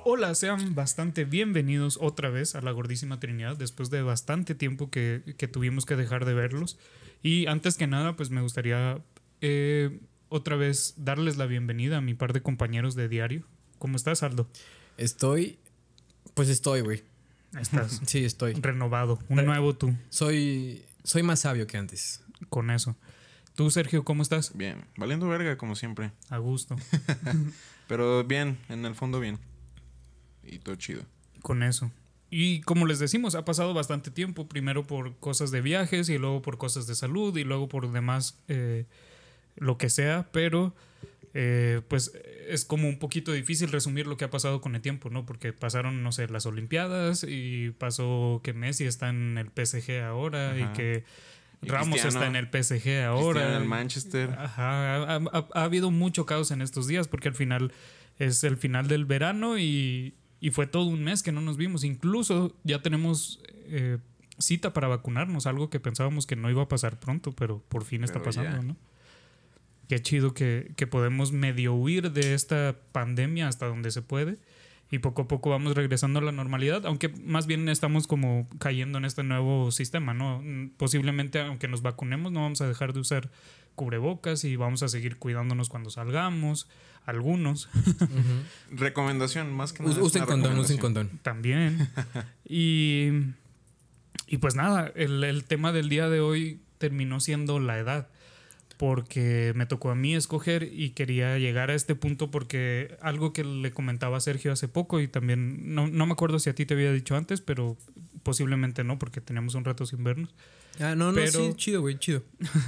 Hola, sean bastante bienvenidos otra vez a la Gordísima Trinidad después de bastante tiempo que tuvimos que dejar de verlos. Y antes que nada, pues me gustaría otra vez darles la bienvenida a mi par de compañeros de diario. ¿Cómo estás, Aldo? Estoy, güey. Estás Sí, estoy. renovado, un nuevo tú. Soy más sabio que antes. Con eso. Tú, Sergio, ¿cómo estás? Bien, valiendo verga como siempre. A gusto. Pero bien, en el fondo bien. Y todo chido. Con eso. Y como les decimos, ha pasado bastante tiempo, primero por cosas de viajes y luego por cosas de salud y luego por demás lo que sea, pero pues es como un poquito difícil resumir lo que ha pasado con el tiempo, ¿no? Porque pasaron, no sé, las Olimpiadas y pasó que Messi está en el PSG ahora. Ajá. Y que y Ramos Cristiano, está en el PSG ahora. Cristiano en el Manchester. Ajá, ha habido mucho caos en estos días porque al final es el final del verano y fue todo un mes que no nos vimos. Incluso ya tenemos cita para vacunarnos, algo que pensábamos que no iba a pasar pronto, pero por fin está pasando, ya. ¿No? Qué chido que podemos medio huir de esta pandemia hasta donde se puede y poco a poco vamos regresando a la normalidad, aunque más bien estamos como cayendo en este nuevo sistema, ¿no? Posiblemente aunque nos vacunemos no vamos a dejar de usar cubrebocas y vamos a seguir cuidándonos cuando salgamos, algunos. Uh-huh. Recomendación, más que nada. Usen condón. También. Y pues nada, el tema del día de hoy terminó siendo la edad, porque me tocó a mí escoger y quería llegar a este punto porque algo que le comentaba a Sergio hace poco y también, no me acuerdo si a ti te había dicho antes, pero posiblemente no, porque teníamos un rato sin vernos. Sí, chido, güey, chido.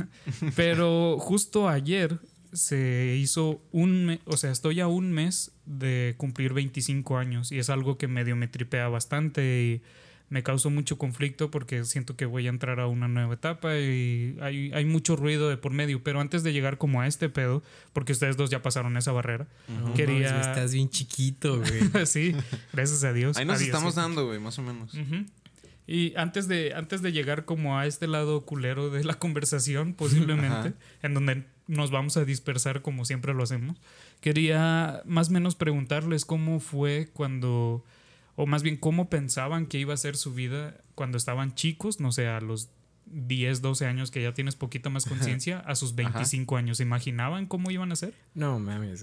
Pero justo ayer se hizo estoy a un mes de cumplir 25 años y es algo que medio me tripea bastante y me causó mucho conflicto porque siento que voy a entrar a una nueva etapa y hay mucho ruido de por medio. Pero antes de llegar como a este pedo, porque ustedes dos ya pasaron esa barrera, quería... No, estás bien chiquito, güey. Sí, gracias a Dios. Ahí nos estamos dando, güey, más o menos. Uh-huh. Y antes de llegar como a este lado culero de la conversación, posiblemente, en donde nos vamos a dispersar como siempre lo hacemos, quería más o menos preguntarles cómo fue cuando... O más bien, ¿cómo pensaban que iba a ser su vida cuando estaban chicos? No sé, a los 10, 12 años que ya tienes poquita más conciencia, a sus 25 años. ¿Se imaginaban cómo iban a ser? No, mames,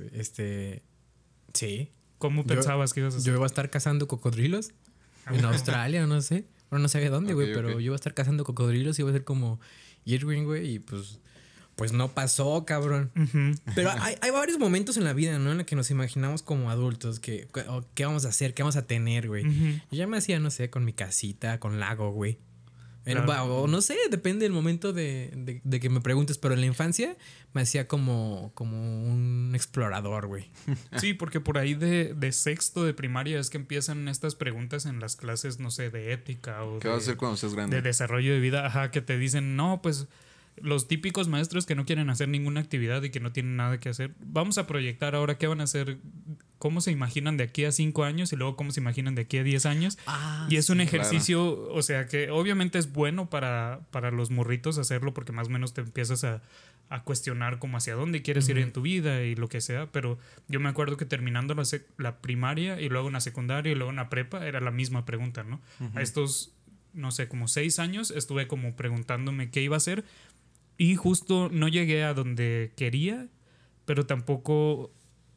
sí. ¿Cómo pensabas que ibas a ser? Yo iba a estar cazando cocodrilos en Australia, no sé. Bueno, no sabía dónde, güey, pero yo iba a estar cazando cocodrilos y iba a ser como Irwin, güey, y pues no pasó, cabrón. Uh-huh. Pero hay varios momentos en la vida, ¿no? En los que nos imaginamos como adultos. ¿Qué vamos a hacer? ¿Qué vamos a tener, güey? Uh-huh. Yo ya me hacía, no sé, con mi casita, con lago, güey. Claro. O no sé, depende del momento de que me preguntes. Pero en la infancia me hacía como un explorador, güey. Sí, porque por ahí de sexto de primaria es que empiezan estas preguntas en las clases, no sé, de ética o ¿qué vas a hacer cuando seas grande? De desarrollo de vida. Ajá, que te dicen, no, pues... Los típicos maestros que no quieren hacer ninguna actividad y que no tienen nada que hacer. Vamos a proyectar ahora qué van a hacer, cómo se imaginan de aquí a 5 años y luego cómo se imaginan de aquí a 10 años. Y es un ejercicio, claro. O sea, que obviamente es bueno para los morritos hacerlo porque más o menos te empiezas a cuestionar como hacia dónde quieres ir en tu vida y lo que sea. Pero yo me acuerdo que terminando la primaria y luego en la secundaria y luego en la prepa era la misma pregunta, ¿no? A estos, no sé, como 6 años estuve como preguntándome qué iba a hacer. Y justo no llegué a donde quería, pero tampoco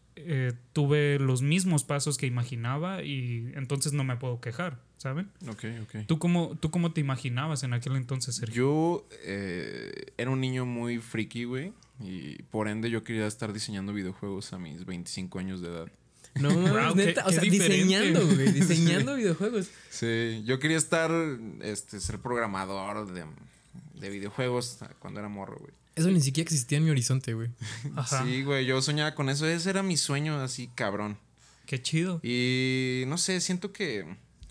tuve los mismos pasos que imaginaba y entonces no me puedo quejar, ¿saben? Ok. ¿Tú cómo te imaginabas en aquel entonces, Sergio? Yo era un niño muy friki, güey, y por ende yo quería estar diseñando videojuegos a mis 25 años de edad. No, wow, neta, o sea, diseñando, güey, diseñando videojuegos. Sí, yo quería estar, ser programador de videojuegos cuando era morro, güey. Eso ni siquiera existía en mi horizonte, güey. Sí, güey, yo soñaba con eso. Ese era mi sueño, así, cabrón. Qué chido. Y no sé, siento que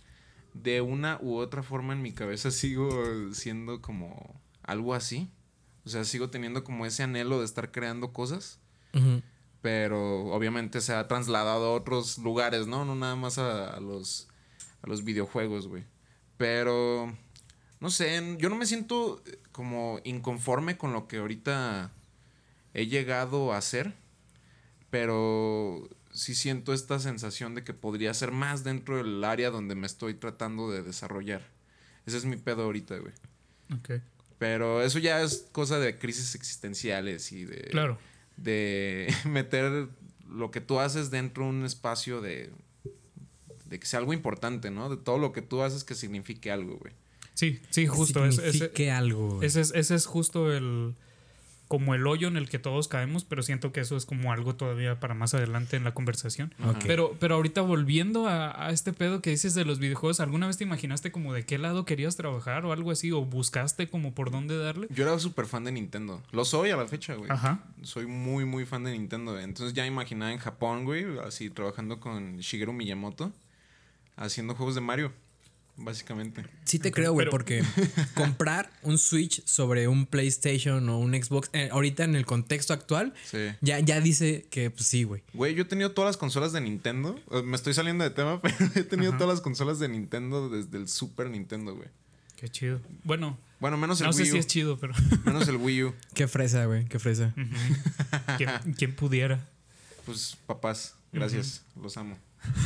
de una u otra forma en mi cabeza sigo siendo como algo así. O sea, sigo teniendo como ese anhelo de estar creando cosas. Uh-huh. Pero obviamente se ha trasladado a otros lugares, ¿no? No nada más a los videojuegos, güey. Pero... no sé, yo no me siento como inconforme con lo que ahorita he llegado a hacer, pero sí siento esta sensación de que podría ser más dentro del área donde me estoy tratando de desarrollar. Ese es mi pedo ahorita, güey. Ok. Pero eso ya es cosa de crisis existenciales y de... Claro. De meter lo que tú haces dentro de un espacio de que sea algo importante, ¿no? De todo lo que tú haces que signifique algo, güey. Sí, justo. Signifique algo, güey. Ese es justo como el hoyo en el que todos caemos, pero siento que eso es como algo todavía para más adelante en la conversación. Okay. Pero ahorita volviendo a este pedo que dices de los videojuegos, ¿alguna vez te imaginaste como de qué lado querías trabajar o algo así? ¿O buscaste como por dónde darle? Yo era súper fan de Nintendo. Lo soy a la fecha, güey. Ajá. Soy muy, muy fan de Nintendo, güey. Entonces ya me imaginaba en Japón, güey, así trabajando con Shigeru Miyamoto, haciendo juegos de Mario. Básicamente. Sí te creo, güey, pero... porque comprar un Switch sobre un PlayStation o un Xbox, ahorita en el contexto actual, Sí. ya dice que pues sí, güey. Güey, yo he tenido todas las consolas de Nintendo. Me estoy saliendo de tema, pero he tenido todas las consolas de Nintendo desde el Super Nintendo, güey. Qué chido. Bueno, menos el no Wii U. sé si es chido, pero... Menos el Wii U. Qué fresa, güey, qué fresa. ¿Quién pudiera? Pues, papás, gracias. Los amo.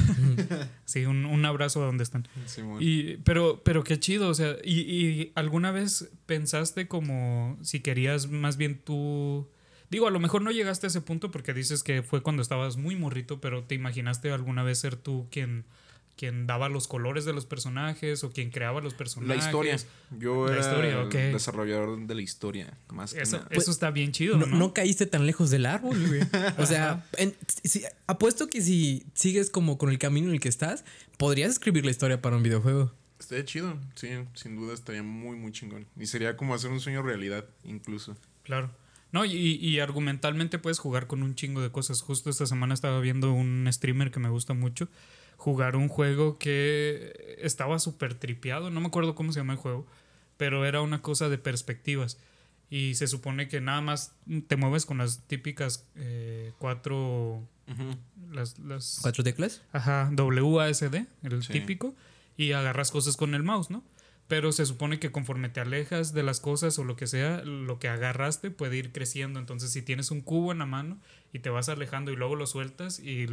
Sí, un abrazo a donde están. Sí, bueno. Pero qué chido, o sea, y ¿alguna vez pensaste como si querías más bien tú... Digo, a lo mejor no llegaste a ese punto porque dices que fue cuando estabas muy morrito, pero ¿te imaginaste alguna vez ser tú quien daba los colores de los personajes o quien creaba los personajes? La historia. Yo La era historia, el ok. desarrollador de la historia, más que nada. Eso está bien chido, ¿no? No caíste tan lejos del árbol, güey. O sea, apuesto que si sigues como con el camino en el que estás, podrías escribir la historia para un videojuego. Estaría chido, sí, sin duda estaría muy, muy chingón. Y sería como hacer un sueño realidad, incluso. Claro. No, y argumentalmente puedes jugar con un chingo de cosas. Justo esta semana estaba viendo un streamer que me gusta mucho jugar un juego que estaba súper tripeado. No me acuerdo cómo se llama el juego, pero era una cosa de perspectivas. Y se supone que nada más te mueves con las típicas cuatro... las ¿4 teclas? Ajá, WASD, el Sí. típico, y agarras cosas con el mouse, ¿no? Pero se supone que conforme te alejas de las cosas o lo que sea, lo que agarraste puede ir creciendo. Entonces, si tienes un cubo en la mano y te vas alejando y luego lo sueltas y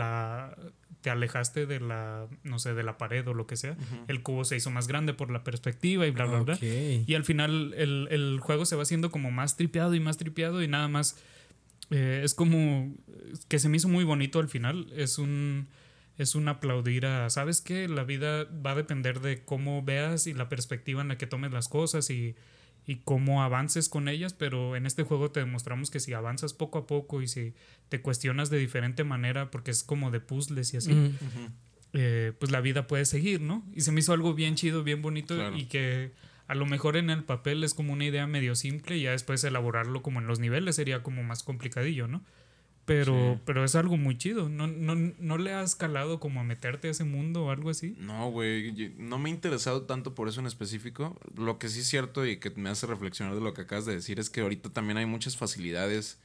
te alejaste de la, no sé, de la pared o lo que sea, el cubo se hizo más grande por la perspectiva y bla, bla, bla. Y al final el juego se va haciendo como más tripeado y nada más. Es como que se me hizo muy bonito al final. Es un aplaudir a, ¿sabes qué? La vida va a depender de cómo veas y la perspectiva en la que tomes las cosas y cómo avances con ellas, pero en este juego te demostramos que si avanzas poco a poco y si te cuestionas de diferente manera, porque es como de puzzles y así, pues la vida puede seguir, ¿no? Y se me hizo algo bien chido, bien bonito, claro. Y que a lo mejor en el papel es como una idea medio simple y ya después elaborarlo como en los niveles sería como más complicadillo, ¿no? Pero es algo muy chido. ¿No le has calado como a meterte a ese mundo o algo así? No, güey. No me he interesado tanto por eso en específico. Lo que sí es cierto y que me hace reflexionar de lo que acabas de decir es que ahorita también hay muchas facilidades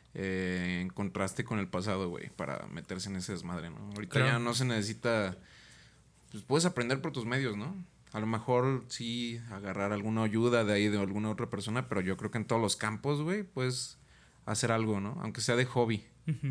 en contraste con el pasado, güey, para meterse en ese desmadre, ¿no? Ahorita ya no se necesita... Pues puedes aprender por tus medios, ¿no? A lo mejor sí agarrar alguna ayuda de ahí de alguna otra persona, pero yo creo que en todos los campos, güey, pues... hacer algo, ¿no? Aunque sea de hobby.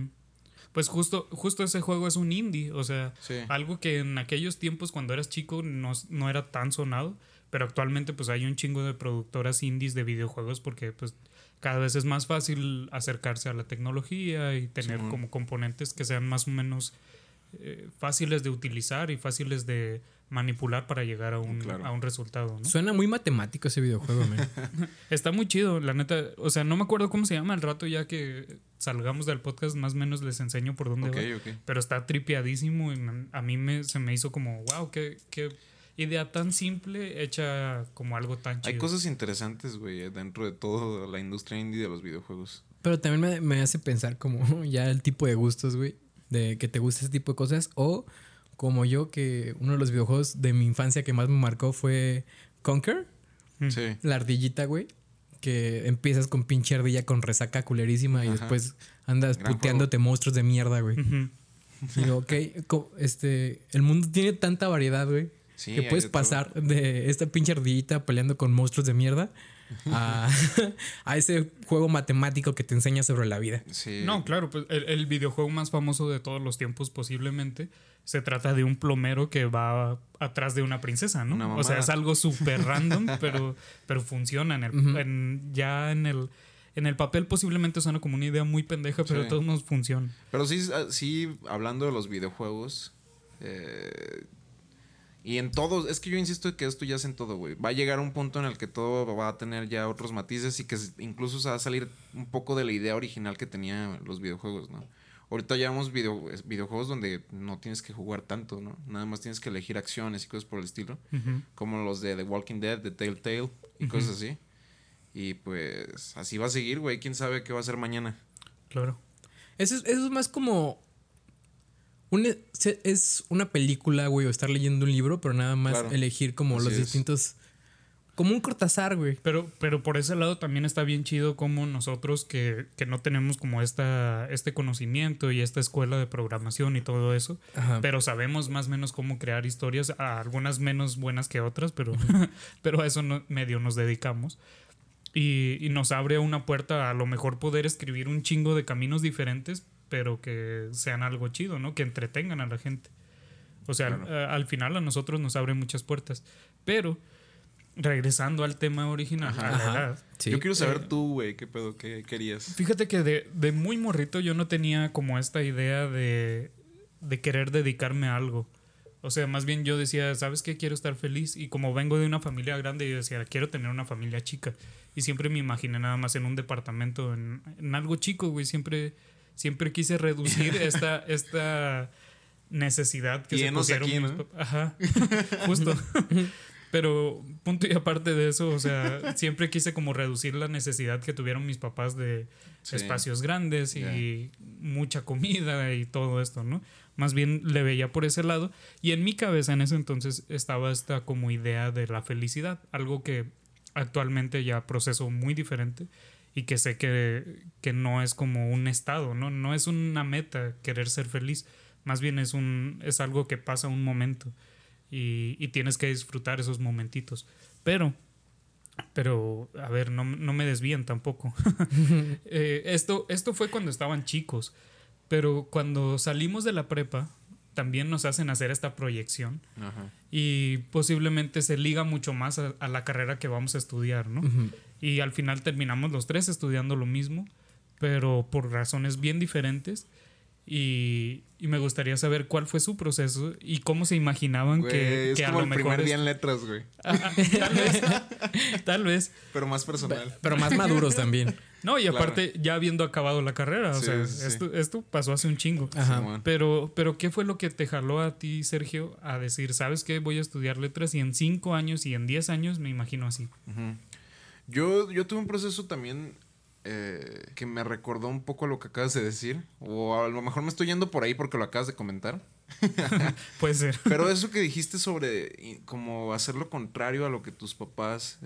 Pues justo ese juego es un indie, o sea, algo que en aquellos tiempos cuando eras chico no era tan sonado, pero actualmente pues hay un chingo de productoras indies de videojuegos porque pues cada vez es más fácil acercarse a la tecnología y tener como componentes que sean más o menos fáciles de utilizar y fáciles de manipular para llegar a un resultado, ¿no? Suena muy matemático ese videojuego, man. Está muy chido, la neta. O sea, no me acuerdo cómo se llama. Al rato ya que salgamos del podcast más o menos les enseño por dónde va. Okay. Pero está tripeadísimo y a mí se me hizo como wow, qué idea tan simple hecha como algo tan chido. Hay cosas interesantes, güey, dentro de toda la industria indie de los videojuegos. Pero también me hace pensar como ya el tipo de gustos, güey, de que te gusta ese tipo de cosas o... Como yo, que uno de los videojuegos de mi infancia que más me marcó fue Conker. Sí. La ardillita, güey. Que empiezas con pinche ardilla con resaca culerísima y después andas puteándote monstruos de mierda, güey. Y digo, ok, el mundo tiene tanta variedad, güey. Sí, que puedes pasar de esta pinche ardillita peleando con monstruos de mierda a ese juego matemático que te enseña sobre la vida. Sí. No, claro, pues el videojuego más famoso de todos los tiempos posiblemente se trata de un plomero que va atrás de una princesa, ¿no? O sea, es algo súper random, pero funciona ya en el papel posiblemente suena como una idea muy pendeja, pero de todos modos funciona. Pero sí, hablando de los videojuegos, y en todos, es que yo insisto que esto ya es en todo, güey. Va a llegar un punto en el que todo va a tener ya otros matices y que incluso se va a salir un poco de la idea original que tenían los videojuegos, ¿no? Ahorita ya vemos videojuegos donde no tienes que jugar tanto, ¿no? Nada más tienes que elegir acciones y cosas por el estilo. Como los de The Walking Dead, de Telltale y cosas así. Y pues así va a seguir, güey. ¿Quién sabe qué va a ser mañana? Claro. Eso es más como... es una película, güey, o estar leyendo un libro, pero nada más elegir como así los distintos... Como un Cortázar, güey. Pero por ese lado también está bien chido como nosotros que no tenemos como este conocimiento y esta escuela de programación y todo eso. Ajá. Pero sabemos más o menos cómo crear historias, algunas menos buenas que otras, pero a eso medio nos dedicamos. Y nos abre una puerta a lo mejor poder escribir un chingo de caminos diferentes, pero que sean algo chido, ¿no? Que entretengan a la gente. O sea, al final a nosotros nos abre muchas puertas. Pero... regresando al tema original, a la edad. Sí. Yo quiero saber tú, güey, qué pedo, qué querías. Fíjate que de muy morrito yo no tenía como esta idea de querer dedicarme a algo. O sea, más bien yo decía, ¿sabes qué? Quiero estar feliz. Y como vengo de una familia grande, yo decía, quiero tener una familia chica. Y siempre me imaginé nada más en un departamento, en algo chico, güey. Siempre quise reducir esta necesidad que se pusieron aquí, mis ¿no? papás. Ajá, justo. Pero punto y aparte de eso, o sea, siempre quise como reducir la necesidad que tuvieron mis papás de espacios grandes y mucha comida y todo esto, ¿no? Más bien le veía por ese lado. Y en mi cabeza en ese entonces estaba esta como idea de la felicidad, algo que actualmente ya proceso muy diferente y que sé que no es como un estado, ¿no? No es una meta querer ser feliz, más bien es algo que pasa un momento. Y tienes que disfrutar esos momentitos. Pero a ver, no me desvíen tampoco. Esto fue cuando estaban chicos. Pero cuando salimos de la prepa, también nos hacen hacer esta proyección. Ajá. Y posiblemente se liga mucho más a la carrera que vamos a estudiar, ¿no? Uh-huh. Y al final terminamos los tres estudiando lo mismo, pero por razones bien diferentes. Y me gustaría saber cuál fue su proceso y cómo se imaginaban, güey, que a lo mejor... Es como el primer día en letras, güey. Tal vez. Pero más personal. Pero más maduros también. No, y aparte ya habiendo acabado la carrera. O sea, esto pasó hace un chingo. Ajá. Pero ¿qué fue lo que te jaló a ti, Sergio, a decir, ¿sabes qué? Voy a estudiar letras y en 5 años y en 10 años me imagino así. Uh-huh. Yo tuve un proceso también... que me recordó un poco lo que acabas de decir. O a lo mejor me estoy yendo por ahí porque lo acabas de comentar. Puede ser. Pero eso que dijiste sobre como hacer lo contrario a lo que tus papás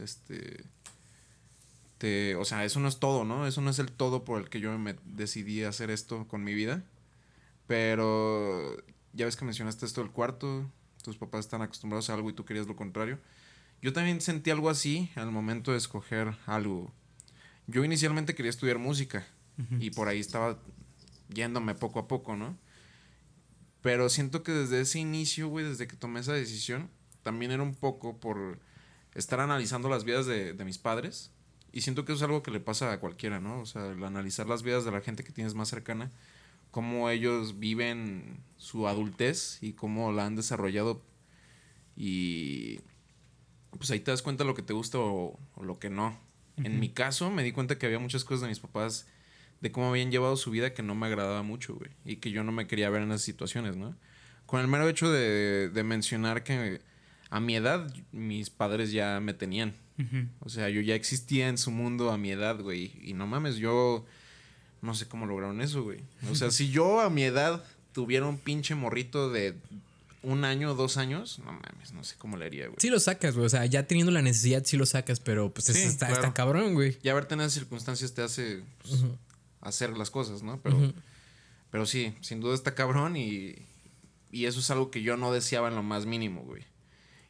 o sea, eso no es todo, ¿no? Eso no es el todo por el que yo me decidí hacer esto con mi vida. Pero ya ves que mencionaste esto del cuarto. Tus papás están acostumbrados a algo y tú querías lo contrario. Yo también sentí algo así al momento de escoger algo. Yo inicialmente quería estudiar música. Uh-huh. Y por ahí estaba yéndome poco a poco, ¿no? Pero siento que desde ese inicio, güey, desde que tomé esa decisión, también era un poco por estar analizando las vidas de mis padres. Y siento que eso es algo que le pasa a cualquiera, ¿no? O sea, el analizar las vidas de la gente que tienes más cercana, cómo ellos viven su adultez y cómo la han desarrollado. Y pues ahí te das cuenta de lo que te gusta o lo que no. Uh-huh. En mi caso, me di cuenta que había muchas cosas de mis papás, de cómo habían llevado su vida que no me agradaba mucho, güey. Y que yo no me quería ver en esas situaciones, ¿no? Con el mero hecho de mencionar que a mi edad, mis padres ya me tenían. Uh-huh. O sea, yo ya existía en su mundo a mi edad, güey. Y no mames, yo no sé cómo lograron eso, güey. O sea, si yo a mi edad tuviera un pinche morrito de 1 año o 2 años, no mames, no sé cómo le haría, güey. Sí lo sacas, güey. O sea, ya teniendo la necesidad, sí lo sacas, pero pues sí, está cabrón, güey. Ya verte en esas circunstancias te hace pues, uh-huh, hacer las cosas, ¿no? Pero sí, sin duda está cabrón y eso es algo que yo no deseaba en lo más mínimo, güey.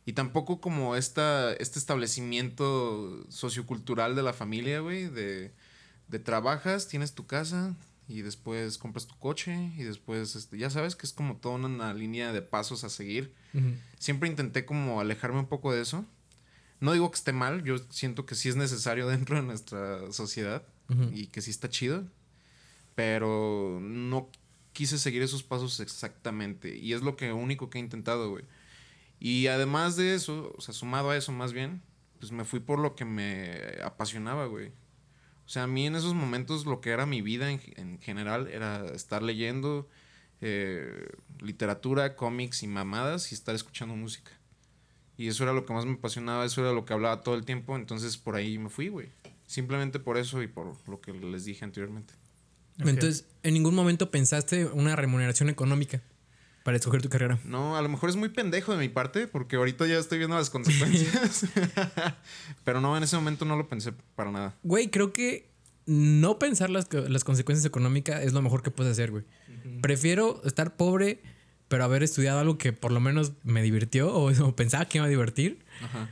Y tampoco como este establecimiento sociocultural de la familia, güey, de trabajas, tienes tu casa y después compras tu coche y después, ya sabes que es como toda una línea de pasos a seguir. Ujú. Siempre intenté como alejarme un poco de eso. No digo que esté mal, yo siento que sí es necesario dentro de nuestra sociedad y que sí está chido, pero no quise seguir esos pasos exactamente y es lo único que he intentado, güey. Y además de eso, o sea, sumado a eso más bien, pues me fui por lo que me apasionaba, güey. O sea, a mí en esos momentos lo que era mi vida en general era estar leyendo literatura, cómics y mamadas y estar escuchando música. Y eso era lo que más me apasionaba, eso era lo que hablaba todo el tiempo, entonces por ahí me fui, güey. Simplemente por eso y por lo que les dije anteriormente. Okay. Entonces, ¿en ningún momento pensaste una remuneración económica para escoger tu carrera? No, a lo mejor es muy pendejo de mi parte, porque ahorita ya estoy viendo las consecuencias. Pero no, en ese momento no lo pensé para nada. Güey, creo que no pensar las consecuencias económicas es lo mejor que puedes hacer, güey. Prefiero estar pobre, pero haber estudiado algo que por lo menos me divirtió o pensaba que me iba a divertir,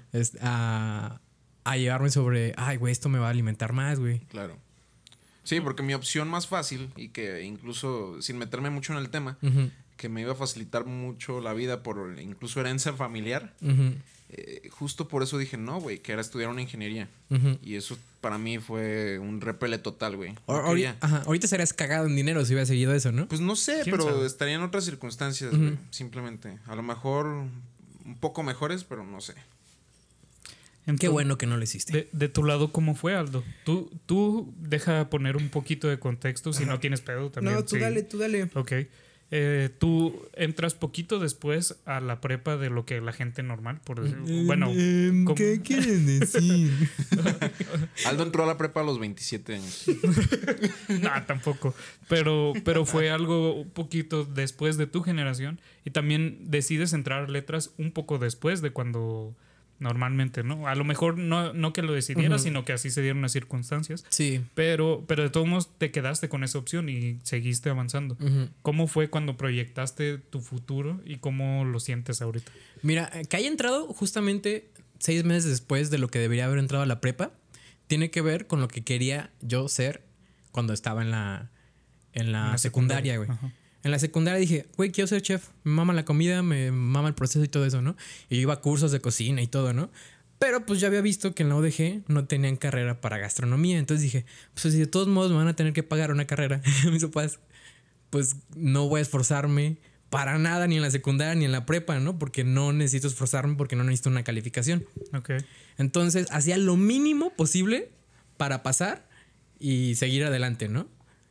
a llevarme sobre, ay, güey, esto me va a alimentar más, güey. Claro. Sí, porque mi opción más fácil y que incluso sin meterme mucho en el tema, que me iba a facilitar mucho la vida por incluso herencia familiar, justo por eso dije no, güey, que era estudiar una ingeniería. Y eso para mí fue un repele total, güey. Ahorita serías cagado en dinero si hubieras seguido eso, ¿no? Pues no sé, pero estaría en otras circunstancias, güey, simplemente. A lo mejor un poco mejores, pero no sé. Entonces, qué bueno que no lo hiciste. De tu lado, ¿cómo fue, Aldo? Tú deja poner un poquito de contexto si no tienes pedo también. No, tú dale. Ok. Tú entras poquito después a la prepa de lo que la gente normal, por decir. Bueno, ¿qué quieren decir? Aldo entró a la prepa a los 27 años. No, tampoco. Pero fue algo un poquito después de tu generación. Y también decides entrar a letras un poco después de cuando normalmente, ¿no? A lo mejor no que lo decidieras, sino que así se dieron las circunstancias. Sí. Pero de todos modos te quedaste con esa opción y seguiste avanzando. ¿Cómo fue cuando proyectaste tu futuro y cómo lo sientes ahorita? Mira, que haya entrado justamente 6 meses después de lo que debería haber entrado a la prepa, tiene que ver con lo que quería yo ser cuando estaba en la secundaria, güey. En la secundaria dije, güey, quiero ser chef. Me mama la comida, me mama el proceso y todo eso, ¿no? Y yo iba a cursos de cocina y todo, ¿no? Pero pues ya había visto que en la UDG no tenían carrera para gastronomía. Entonces dije, pues si de todos modos me van a tener que pagar una carrera, mis papás, pues no voy a esforzarme para nada ni en la secundaria ni en la prepa, ¿no? Porque no necesito esforzarme porque no necesito una calificación. Ok. Entonces hacía lo mínimo posible para pasar y seguir adelante, ¿no?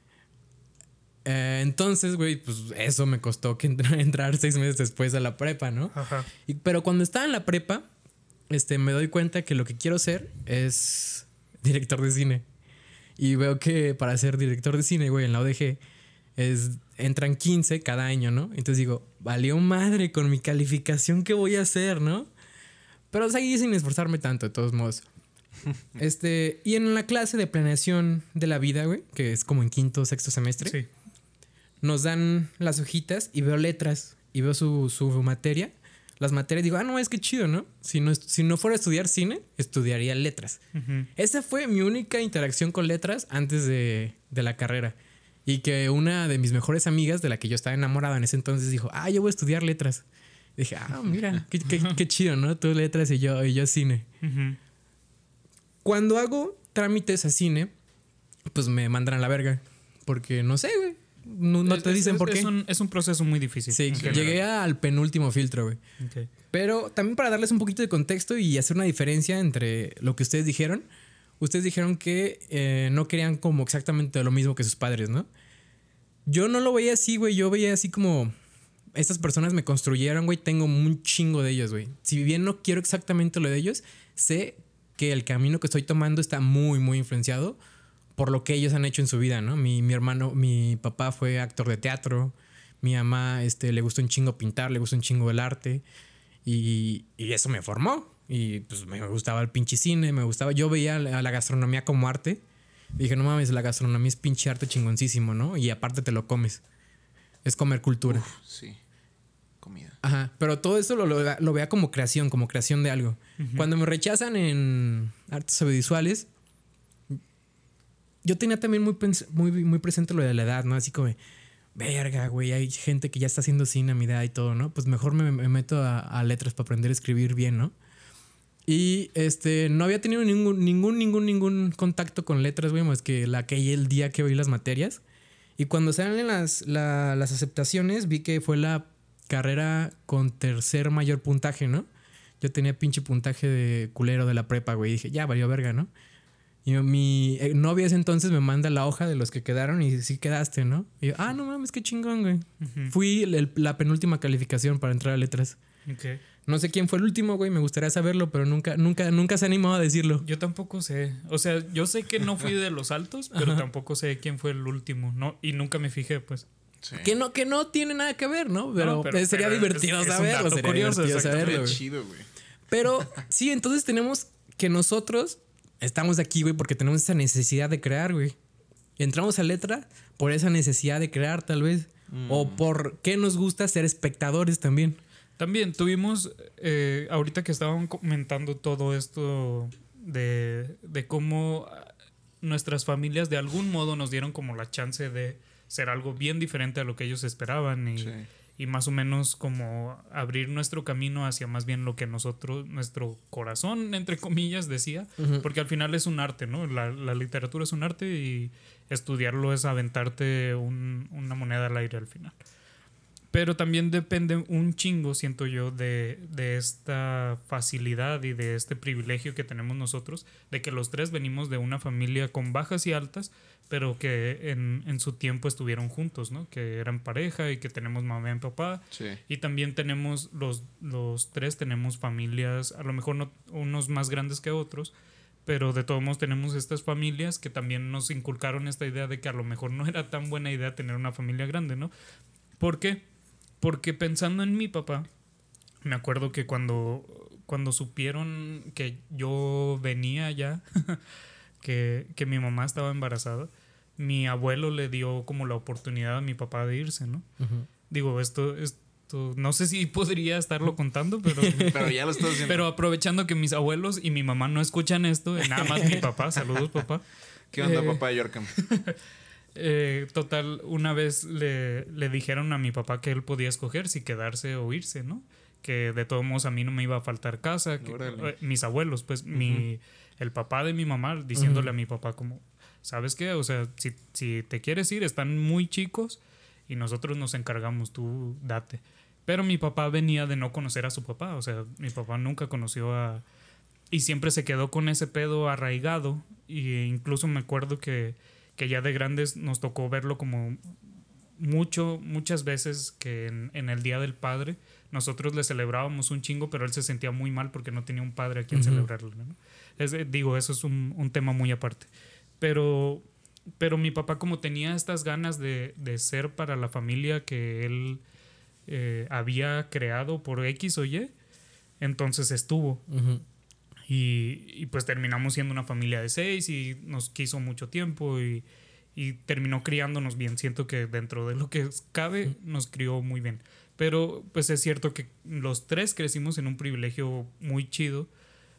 Entonces, güey, pues eso me costó que entrar 6 meses después a la prepa, ¿no? Ajá. Pero cuando estaba en la prepa, me doy cuenta que lo que quiero ser es director de cine. Y veo que para ser director de cine, güey, en la UDG, entran 15 cada año, ¿no? Entonces digo, valió madre con mi calificación, ¿qué voy a hacer, no? Pero seguí sin esforzarme tanto, de todos modos. Y en la clase de planeación de la vida, güey, que es como en 5º o 6º semestre, Sí. nos dan las hojitas y veo letras y veo su materia. Las materias, digo, no, es que chido, ¿no? Si no fuera a estudiar cine, estudiaría letras. Esa fue mi única interacción con letras antes de la carrera. Y que una de mis mejores amigas, de la que yo estaba enamorado en ese entonces, dijo, yo voy a estudiar letras. Y dije, mira, qué chido, ¿no? Tú letras y yo cine. Cuando hago trámites a cine, pues me mandan a la verga. Porque no sé, güey. No te dicen por qué. Es un proceso muy difícil. Sí, llegué al penúltimo filtro, güey. Okay. Pero también para darles un poquito de contexto y hacer una diferencia entre lo que ustedes dijeron. Ustedes dijeron que no querían como exactamente lo mismo que sus padres, ¿no? Yo no lo veía así, güey. Yo veía así como... Estas personas me construyeron, güey. Tengo un chingo de ellos, güey. Si bien no quiero exactamente lo de ellos, sé que el camino que estoy tomando está muy, muy influenciado por lo que ellos han hecho en su vida, ¿no? Mi papá fue actor de teatro. Mi mamá le gustó un chingo pintar, le gustó un chingo el arte. Y eso me formó. Y pues me gustaba el pinche cine, me gustaba... Yo veía a la gastronomía como arte. Y dije, no mames, la gastronomía es pinche arte chingoncísimo, ¿no? Y aparte te lo comes. Es comer cultura. Sí. comida. Ajá, pero todo eso lo vea como creación de algo. Cuando me rechazan en artes audiovisuales, yo tenía también muy presente lo de la edad, ¿no? Así como, verga, güey, hay gente que ya está haciendo cine a mi edad y todo, ¿no? Pues mejor me meto a letras para aprender a escribir bien, ¿no? Y no había tenido ningún contacto con letras, güey, más que el día que oí las materias. Y cuando salen las aceptaciones, vi que fue la carrera con tercer mayor puntaje, ¿no? Yo tenía pinche puntaje de culero de la prepa, güey. Y dije, ya, valió verga, ¿no? Y mi novia ese entonces me manda la hoja de los que quedaron y sí quedaste, ¿no? Y yo, no mames, qué chingón, güey. Fui la penúltima calificación para entrar a letras. Okay. No sé quién fue el último, güey. Me gustaría saberlo, pero nunca se ha animado a decirlo. Yo tampoco sé. O sea, yo sé que no fui de los altos, pero tampoco sé quién fue el último, ¿no? Y nunca me fijé, pues. Sí. Que no tiene nada que ver, ¿no? Pero sería divertido saberlo. Sería curioso, divertido saberlo, güey. Chido, güey. Pero sí, entonces tenemos que nosotros estamos aquí, güey, porque tenemos esa necesidad de crear, güey. Entramos a letra por esa necesidad de crear, tal vez. O por qué nos gusta ser espectadores también. También tuvimos, ahorita que estaban comentando todo esto de cómo nuestras familias de algún modo nos dieron como la chance de ser algo bien diferente a lo que ellos esperaban y más o menos como abrir nuestro camino hacia más bien lo que nuestro corazón, entre comillas, decía, porque al final es un arte, ¿no? La literatura es un arte y estudiarlo es aventarte una moneda al aire al final. Pero también depende un chingo, siento yo, de esta facilidad y de este privilegio que tenemos nosotros, de que los tres venimos de una familia con bajas y altas, pero que en su tiempo estuvieron juntos, ¿no? Que eran pareja y que tenemos mamá y papá. Sí. Y también tenemos, los tres tenemos familias, a lo mejor no unos más grandes que otros, pero de todos modos tenemos estas familias que también nos inculcaron esta idea de que a lo mejor no era tan buena idea tener una familia grande, ¿no? ¿Por qué? Porque pensando en mi papá, me acuerdo que cuando supieron que yo venía ya, que mi mamá estaba embarazada, mi abuelo le dio como la oportunidad a mi papá de irse, ¿no? Digo, esto no sé si podría estarlo contando, pero pero ya lo estoy haciendo. Pero aprovechando que mis abuelos y mi mamá no escuchan esto, nada más mi papá, saludos papá. ¿Qué onda, papá de Yorkham? Total, una vez le dijeron a mi papá que él podía escoger si quedarse o irse, ¿no? Que de todos modos a mí no me iba a faltar casa. Mis abuelos, pues el papá de mi mamá diciéndole a mi papá como, ¿sabes qué? O sea, si te quieres ir, están muy chicos y nosotros nos encargamos, tú date. Pero mi papá venía de no conocer a su papá, o sea, mi papá nunca conoció a... Y siempre se quedó con ese pedo arraigado e incluso me acuerdo que ya de grandes nos tocó verlo como muchas veces que en el Día del Padre nosotros le celebrábamos un chingo, pero él se sentía muy mal porque no tenía un padre a quien celebrarle, ¿no? Digo, eso es un tema muy aparte. Pero mi papá como tenía estas ganas de ser para la familia que él había creado por X o Y, entonces estuvo. Y pues terminamos siendo una familia de 6 y nos quiso mucho tiempo y terminó criándonos bien. Siento que dentro de lo que cabe nos crió muy bien. Pero pues es cierto que los tres crecimos en un privilegio muy chido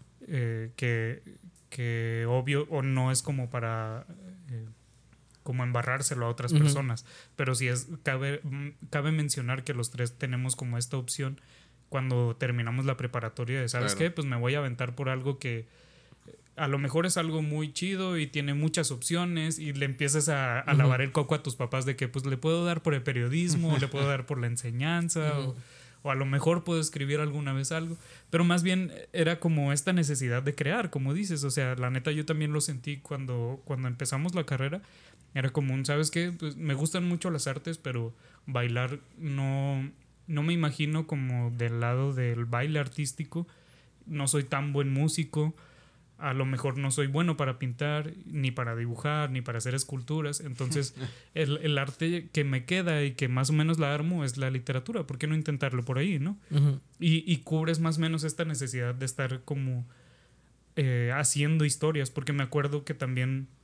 que obvio o no es como para como embarrárselo a otras personas. Pero sí cabe mencionar que los tres tenemos como esta opción cuando terminamos la preparatoria de, ¿sabes qué? Pues me voy a aventar por algo que a lo mejor es algo muy chido y tiene muchas opciones y le empiezas a lavar el coco a tus papás de que pues le puedo dar por el periodismo, o le puedo dar por la enseñanza o a lo mejor puedo escribir alguna vez algo. Pero más bien era como esta necesidad de crear, como dices. O sea, la neta yo también lo sentí cuando empezamos la carrera. Era como un, ¿sabes qué? Pues me gustan mucho las artes, pero bailar no me imagino como del lado del baile artístico. No soy tan buen músico. A lo mejor no soy bueno para pintar, ni para dibujar, ni para hacer esculturas. Entonces, el arte que me queda y que más o menos la armo es la literatura. ¿Por qué no intentarlo por ahí, no? Y cubres más o menos esta necesidad de estar como haciendo historias. Porque me acuerdo que también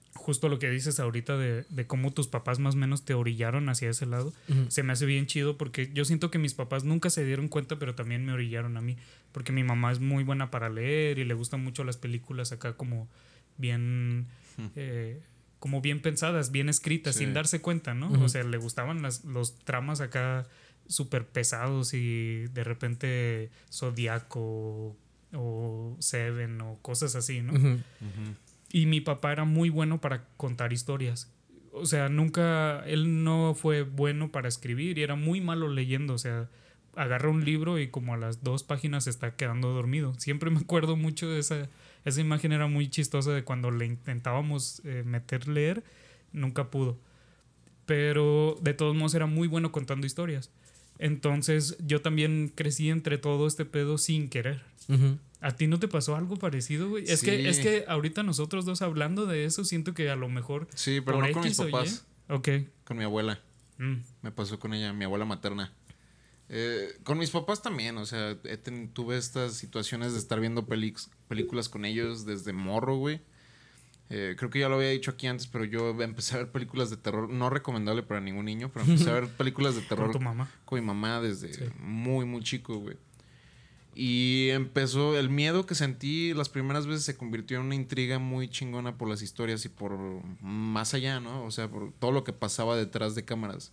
justo lo que dices ahorita de cómo tus papás más o menos te orillaron hacia ese lado, se me hace bien chido porque yo siento que mis papás nunca se dieron cuenta, pero también me orillaron a mí, porque mi mamá es muy buena para leer y le gustan mucho las películas acá como bien pensadas, bien escritas, sin darse cuenta, ¿no? O sea, le gustaban los tramas acá súper pesados y de repente Zodíaco o Seven o cosas así, ¿no? Y mi papá era muy bueno para contar historias. O sea, él no fue bueno para escribir y era muy malo leyendo. O sea, agarra un libro y como a las 2 páginas se está quedando dormido. Siempre me acuerdo mucho de esa imagen, era muy chistosa de cuando le intentábamos leer, nunca pudo. Pero de todos modos era muy bueno contando historias. Entonces yo también crecí entre todo este pedo sin querer. ¿A ti no te pasó algo parecido, güey? Es que ahorita nosotros dos hablando de eso, siento que a lo mejor... Sí, pero no con mis papás. Ok. Con mi abuela. Me pasó con ella, mi abuela materna. Con mis papás también, o sea, tuve estas situaciones de estar viendo películas con ellos desde morro, güey. Creo que ya lo había dicho aquí antes, pero yo empecé a ver películas de terror, no recomendable para ningún niño, pero empecé a ver películas de terror ¿Con tu mamá? Con mi mamá desde muy, muy chico, güey. Y empezó el miedo que sentí las primeras veces, se convirtió en una intriga muy chingona por las historias y por más allá, ¿no? O sea, por todo lo que pasaba detrás de cámaras.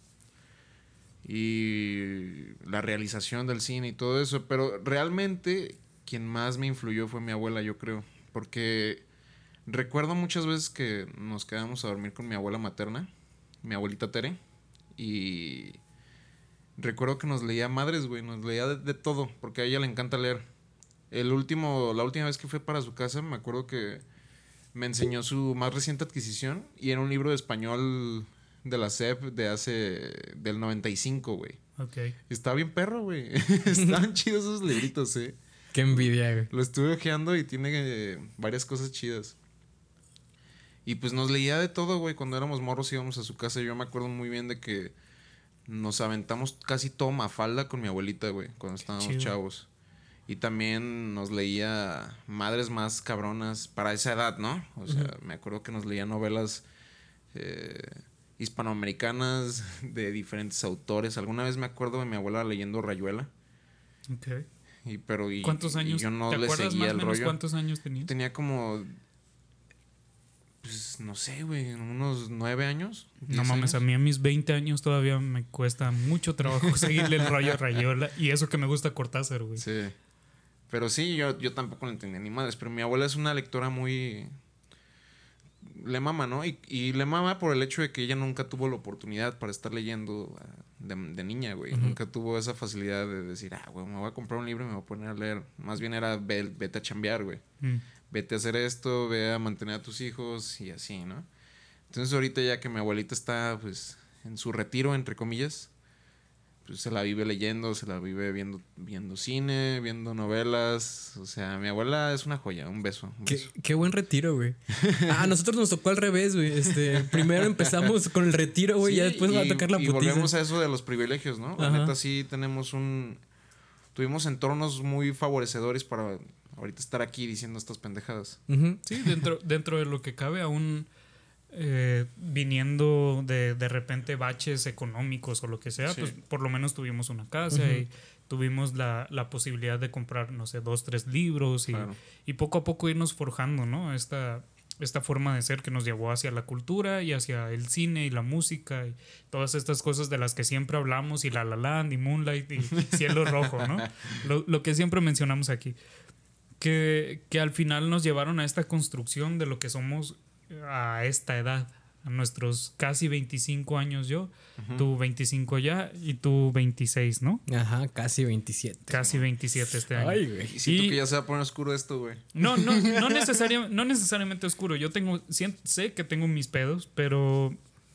Y la realización del cine y todo eso. Pero realmente quien más me influyó fue mi abuela, yo creo. Porque recuerdo muchas veces que nos quedábamos a dormir con mi abuela materna, mi abuelita Tere. Y recuerdo que nos leía madres, güey. Nos leía de todo, porque a ella le encanta leer. La última vez que fui para su casa, me acuerdo que me enseñó su más reciente adquisición. Y era un libro de español de la SEP del 95, güey. Ok. Estaba bien perro, güey. Estaban chidos esos libritos, Qué envidia, güey. Lo estuve ojeando y tiene varias cosas chidas. Y pues nos leía de todo, güey. Cuando éramos morros íbamos a su casa. Yo me acuerdo muy bien de que nos aventamos casi todo Mafalda con mi abuelita, güey, cuando estábamos chavos. Y también nos leía madres más cabronas para esa edad, ¿no? O sea, me acuerdo que nos leía novelas hispanoamericanas de diferentes autores. Alguna vez me acuerdo de mi abuela leyendo Rayuela. Ok. ¿Cuántos años? Y yo no le seguía el rollo. ¿Cuántos años tenías? Tenía como... Pues no sé, güey, unos 9 años. No mames, a mí a mis 20 años todavía me cuesta mucho trabajo seguirle el rollo a Rayuela. Y eso que me gusta Cortázar, güey. Sí. Pero sí, yo tampoco lo entendía ni madres. Pero mi abuela es una lectora muy... Le mama, ¿no? Y le mama por el hecho de que ella nunca tuvo la oportunidad para estar leyendo de niña, güey. Nunca tuvo esa facilidad de decir, güey, me voy a comprar un libro y me voy a poner a leer. Más bien era vete a chambear, güey. Vete a hacer esto, ve a mantener a tus hijos y así, ¿no? Entonces ahorita ya que mi abuelita está, pues, en su retiro, entre comillas, pues se la vive leyendo, se la vive viendo cine, viendo novelas. O sea, mi abuela es una joya. Un beso. Qué buen retiro, güey. A nosotros nos tocó al revés, güey. Primero empezamos con el retiro, güey, sí, ya después va a tocar la putiza. Y volvemos a eso de los privilegios, ¿no? La neta sí tuvimos entornos muy favorecedores para ahorita estar aquí diciendo estas pendejadas. Sí, dentro de lo que cabe aún... viniendo de repente baches económicos o lo que sea, pues por lo menos tuvimos una casa y tuvimos la posibilidad de comprar, no sé, 2, 3 libros y poco a poco irnos forjando, ¿no? Esta forma de ser que nos llevó hacia la cultura y hacia el cine y la música y todas estas cosas de las que siempre hablamos y La La Land y Moonlight y Cielo Rojo, ¿no? Lo que siempre mencionamos aquí. Que al final nos llevaron a esta construcción de lo que somos a esta edad, a nuestros casi 25 años yo, tú 25 ya y tú 26, ¿no? Ajá, casi 27. Casi 27 este año. Ay, güey. Siento que ya se va a poner oscuro esto, güey. No necesariamente oscuro. Yo sé que tengo mis pedos, pero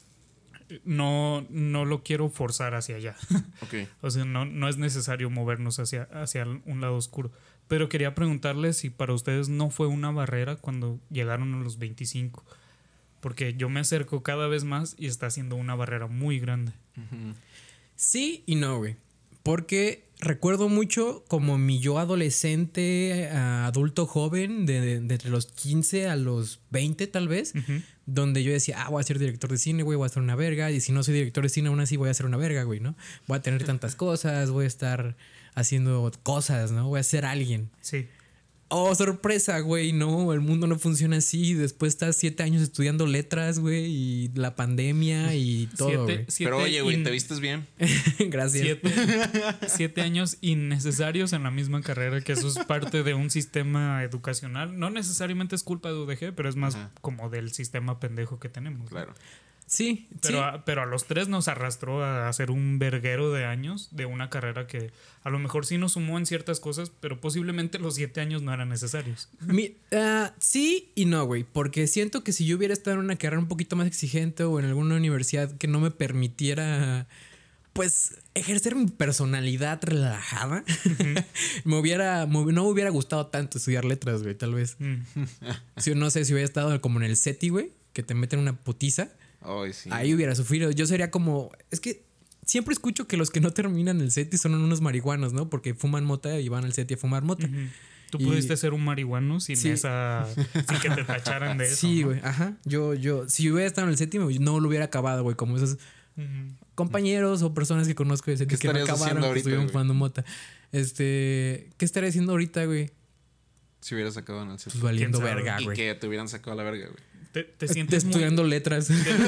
no lo quiero forzar hacia allá. Okay. O sea, no es necesario movernos hacia un lado oscuro. Pero quería preguntarles si para ustedes no fue una barrera cuando llegaron a los 25. Porque yo me acerco cada vez más y está siendo una barrera muy grande. Sí y no, güey. Porque recuerdo mucho como mi yo adolescente, adulto joven, de entre los 15 a los 20 tal vez, donde yo decía, voy a ser director de cine, güey, voy a ser una verga. Y si no soy director de cine, aún así voy a ser una verga, güey, ¿no? Voy a tener tantas cosas, voy a estar haciendo cosas, ¿no? Voy a ser alguien. Sí. Oh, sorpresa, güey, no, el mundo no funciona así. Después estás 7 años estudiando letras, güey, y la pandemia y todo, güey. Pero oye, güey, ¿te vistes bien? Gracias. 7 años innecesarios en la misma carrera, que eso es parte de un sistema educacional. No necesariamente es culpa de UDG, pero es más como del sistema pendejo que tenemos. Claro. Sí, pero a los 3 nos arrastró a hacer un verguero de años de una carrera que a lo mejor sí nos sumó en ciertas cosas, pero posiblemente los 7 años no eran necesarios. Sí y no, güey, porque siento que si yo hubiera estado en una carrera un poquito más exigente o en alguna universidad que no me permitiera, pues, ejercer mi personalidad relajada, no me hubiera gustado tanto estudiar letras, güey, tal vez. No sé si hubiera estado como en el SETI, güey, que te meten una putiza. Oh, sí. Ahí hubiera sufrido. Yo sería como... Es que siempre escucho que los que no terminan el SETI son unos marihuanos, ¿no? Porque fuman mota y van al SETI a fumar mota. Tú pudiste ser un marihuano sin sin que te tacharan de eso. Sí, güey. ¿No? Ajá. Yo, si hubiera estado en el SETI, no lo hubiera acabado, güey. Como esos compañeros o personas que conozco de SETI que no acabaron, que estuvieron fumando mota. ¿Qué estaría haciendo ahorita, güey? Si hubieras acabado en el SETI. Pues valiendo verga, güey. Y que te hubieran sacado a la verga, güey. Te sientes estudiando letras.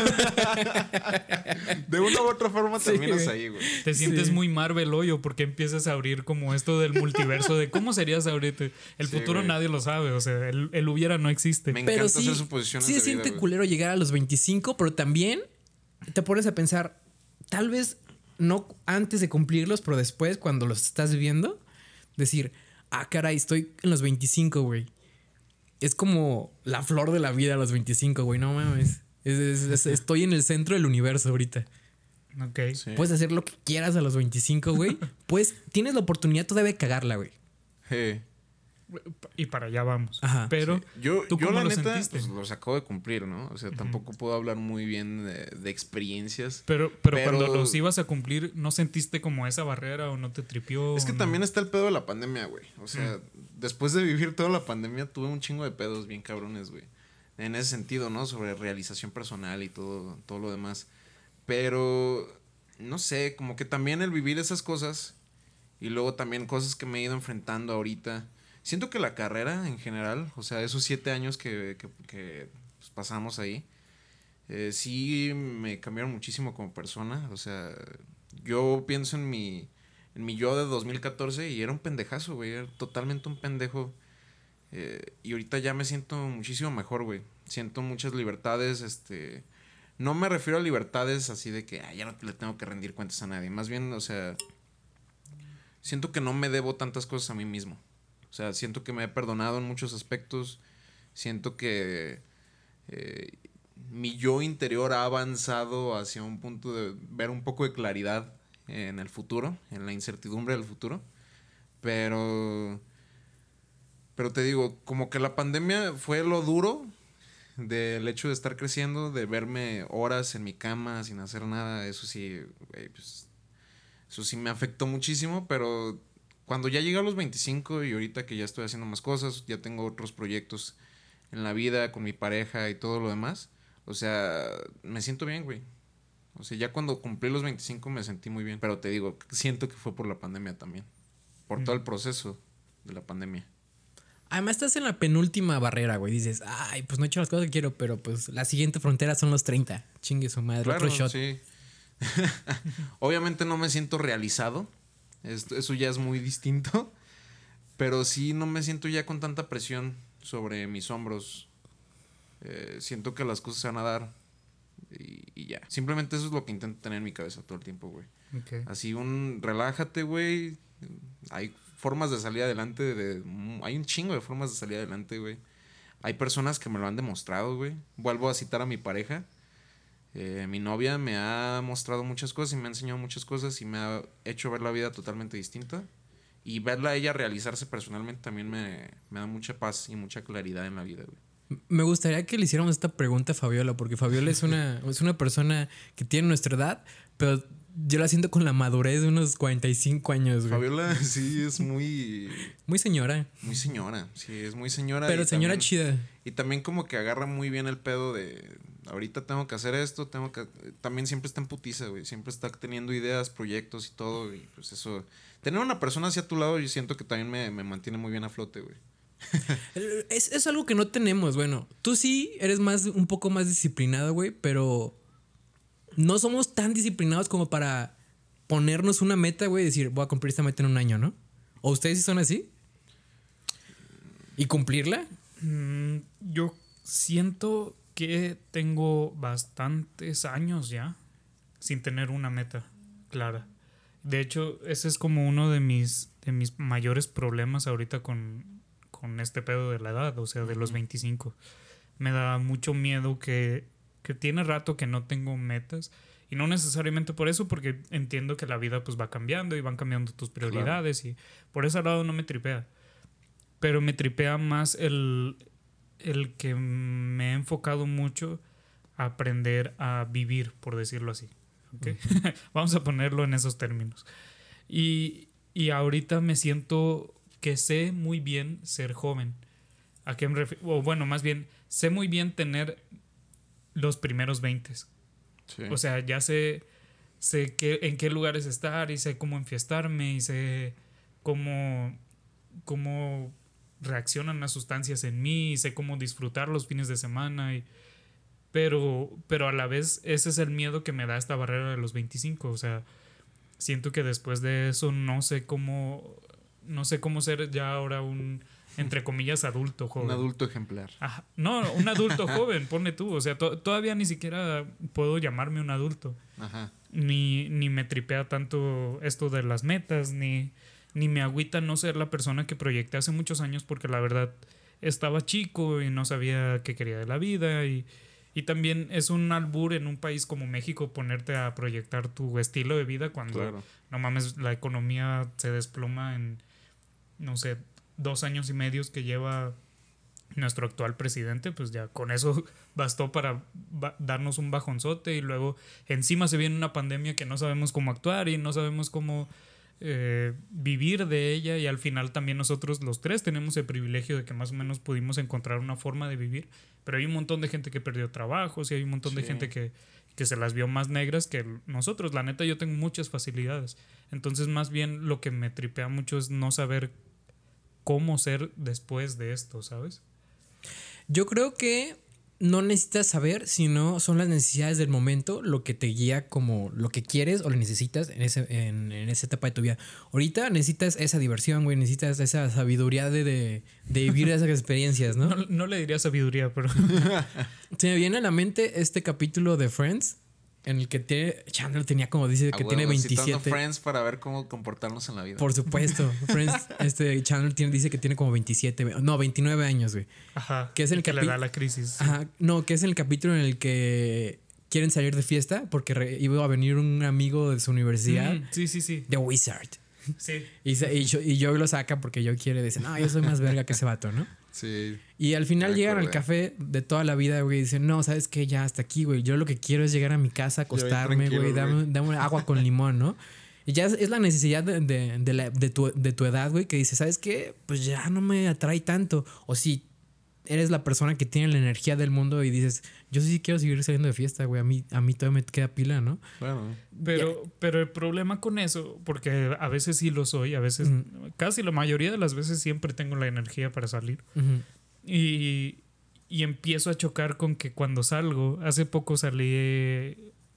De una u otra forma terminas ahí, güey. Te sientes muy Marvel hoyo porque empiezas a abrir como esto del multiverso de cómo serías ahorita. El futuro güey. Nadie lo sabe, o sea, el hubiera no existe. Me encanta hacer suposiciones. Sí se siente vida, culero llegar a los 25, pero también te pones a pensar, tal vez no antes de cumplirlos, pero después cuando los estás viendo, decir, caray, estoy en los 25, güey. Es como la flor de la vida a los 25, güey. No mames. Estoy en el centro del universo ahorita. Ok. Sí. Puedes hacer lo que quieras a los 25, güey. Pues tienes la oportunidad todavía de cagarla, güey. Y para allá vamos. Ajá. Pero yo ¿tú cómo la lo neta, sentiste? Pues los acabo de cumplir, ¿no? O sea, tampoco puedo hablar muy bien de experiencias. Pero cuando los ibas a cumplir, ¿no sentiste como esa barrera o no te tripió? Es que también está el pedo de la pandemia, güey. O sea, después de vivir toda la pandemia tuve un chingo de pedos bien cabrones, güey. En ese sentido, ¿no? Sobre realización personal y todo lo demás. Pero, no sé, como que también el vivir esas cosas y luego también cosas que me he ido enfrentando ahorita. Siento que la carrera en general, o sea, esos 7 años que pues, pasamos ahí, sí me cambiaron muchísimo como persona. O sea, yo pienso en mi yo de 2014 y era un pendejazo, güey. Era totalmente un pendejo. Y ahorita ya me siento muchísimo mejor, güey. Siento muchas libertades, No me refiero a libertades así de que ya no le tengo que rendir cuentas a nadie. Más bien, o sea, siento que no me debo tantas cosas a mí mismo. O sea, siento que me he perdonado en muchos aspectos. Siento que mi yo interior ha avanzado hacia un punto de ver un poco de claridad en el futuro, en la incertidumbre del futuro. Pero te digo, como que la pandemia fue lo duro del hecho de estar creciendo, de verme horas en mi cama sin hacer nada. Eso sí, pues, eso sí me afectó muchísimo, pero cuando ya llegué a los 25 y ahorita que ya estoy haciendo más cosas, ya tengo otros proyectos en la vida con mi pareja y todo lo demás, o sea, me siento bien, güey. O sea, ya cuando cumplí los 25 me sentí muy bien, pero te digo, siento que fue por la pandemia también, por todo el proceso de la pandemia. Además estás en la penúltima barrera, güey. Dices, pues no he hecho las cosas que quiero, pero pues la siguiente frontera son los 30. Chingue su madre, claro, otro shot. Sí. Obviamente no me siento realizado. Eso ya es muy distinto. Pero sí no me siento ya con tanta presión sobre mis hombros. Siento que las cosas se van a dar. Y ya. Simplemente eso es lo que intento tener en mi cabeza todo el tiempo, güey. Okay. Así relájate, güey. Hay formas de salir adelante. Hay un chingo de formas de salir adelante, güey. Hay personas que me lo han demostrado, güey. Vuelvo a citar a mi pareja. Mi novia me ha mostrado muchas cosas y me ha enseñado muchas cosas y me ha hecho ver la vida totalmente distinta. Y verla a ella realizarse personalmente también me da mucha paz y mucha claridad en la vida, güey. Me gustaría que le hiciéramos esta pregunta a Fabiola, porque Fabiola es una persona que tiene nuestra edad, pero yo la siento con la madurez de unos 45 años, güey. Fabiola sí es muy... Muy señora. Muy señora, sí, es muy señora. Pero señora también, chida. Y también como que agarra muy bien el pedo de... Ahorita tengo que hacer esto, También siempre está en putiza, güey. Siempre está teniendo ideas, proyectos y todo. Y pues eso... Tener una persona así a tu lado yo siento que también me mantiene muy bien a flote, güey. Es algo que no tenemos, bueno. Tú sí eres un poco más disciplinado, güey, pero no somos tan disciplinados como para ponernos una meta, güey, y decir, voy a cumplir esta meta en un año, ¿no? ¿O ustedes sí son así? ¿Y cumplirla? Yo siento que tengo bastantes años ya sin tener una meta clara. De hecho, ese es como uno de mis mayores problemas ahorita con este pedo de la edad, o sea, de los 25. Me da mucho miedo que tiene rato que no tengo metas. Y no necesariamente por eso, porque entiendo que la vida pues va cambiando y van cambiando tus prioridades. Claro. Y por ese lado no me tripea. Pero me tripea más el que me he enfocado mucho a aprender a vivir, por decirlo así. ¿Okay? Vamos a ponerlo en esos términos. Y ahorita me siento que sé muy bien ser joven. ¿A qué me refiero? O bueno, más bien, sé muy bien tener los primeros 20. Sí. O sea, ya sé en qué lugares estar y sé cómo enfiestarme y sé cómo reaccionan las sustancias en mí y sé cómo disfrutar los fines de semana. Pero a la vez ese es el miedo que me da esta barrera de los 25. O sea, siento que después de eso no sé cómo ser ya ahora un, entre comillas, adulto joven. Un adulto ejemplar. Ajá. No, un adulto joven, ponle tú. O sea, todavía ni siquiera puedo llamarme un adulto. Ajá. Ni me tripea tanto esto de las metas, ni me agüita no ser la persona que proyecté hace muchos años, porque la verdad estaba chico y no sabía qué quería de la vida. Y también es un albur en un país como México ponerte a proyectar tu estilo de vida cuando, claro, no mames, la economía se desploma en, no sé, 2 años y medio que lleva nuestro actual presidente. Pues ya con eso bastó para darnos un bajonzote, y luego encima se viene una pandemia que no sabemos cómo actuar y no sabemos cómo vivir de ella, y al final también nosotros los tres tenemos el privilegio de que más o menos pudimos encontrar una forma de vivir, pero hay un montón de gente que perdió trabajos y hay un montón de gente que se las vio más negras que nosotros. La neta, yo tengo muchas facilidades, entonces más bien lo que me tripea mucho es no saber cómo ser después de esto, ¿sabes? Yo creo que no necesitas saber, sino son las necesidades del momento lo que te guía como lo que quieres o lo necesitas en esa etapa de tu vida. Ahorita necesitas esa diversión, güey, necesitas esa sabiduría de vivir esas experiencias, ¿no? No le diría sabiduría, pero... Se me viene a la mente este capítulo de Friends en el que Chandler tenía como dice que tiene 27. Citando Friends para ver cómo comportarnos en la vida. Por supuesto. Friends, Chandler dice que tiene como 29 años, güey. Ajá. Que es el que le da la crisis. Ajá. No, que es en el capítulo en el que quieren salir de fiesta porque iba a venir un amigo de su universidad. Sí. The Wizard. Sí. Y yo lo saca porque yo quiere decir, no, yo soy más verga que ese vato, ¿no? Sí. Y al final llegan al café de toda la vida, güey, y dicen, no, ¿sabes qué? Ya hasta aquí, güey. Yo lo que quiero es llegar a mi casa, acostarme, güey, dame agua con limón, ¿no? Y ya es la necesidad de tu edad, güey, que dice, ¿sabes qué? Pues ya no me atrae tanto. O si eres la persona que tiene la energía del mundo y dices, yo sí quiero seguir saliendo de fiesta, güey, a mí todavía me queda pila, ¿no? Bueno. Pero el problema con eso, porque a veces sí lo soy, a veces, casi la mayoría de las veces siempre tengo la energía para salir. Y empiezo a chocar con que cuando salgo, hace poco salí,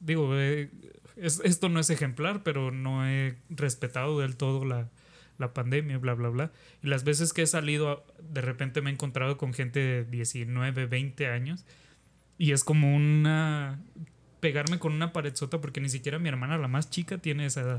esto no es ejemplar, pero no he respetado del todo la pandemia, bla, bla, bla. Y las veces que he salido, de repente me he encontrado con gente de 19, 20 años. Y es como pegarme con una paredzota, porque ni siquiera mi hermana, la más chica, tiene esa edad.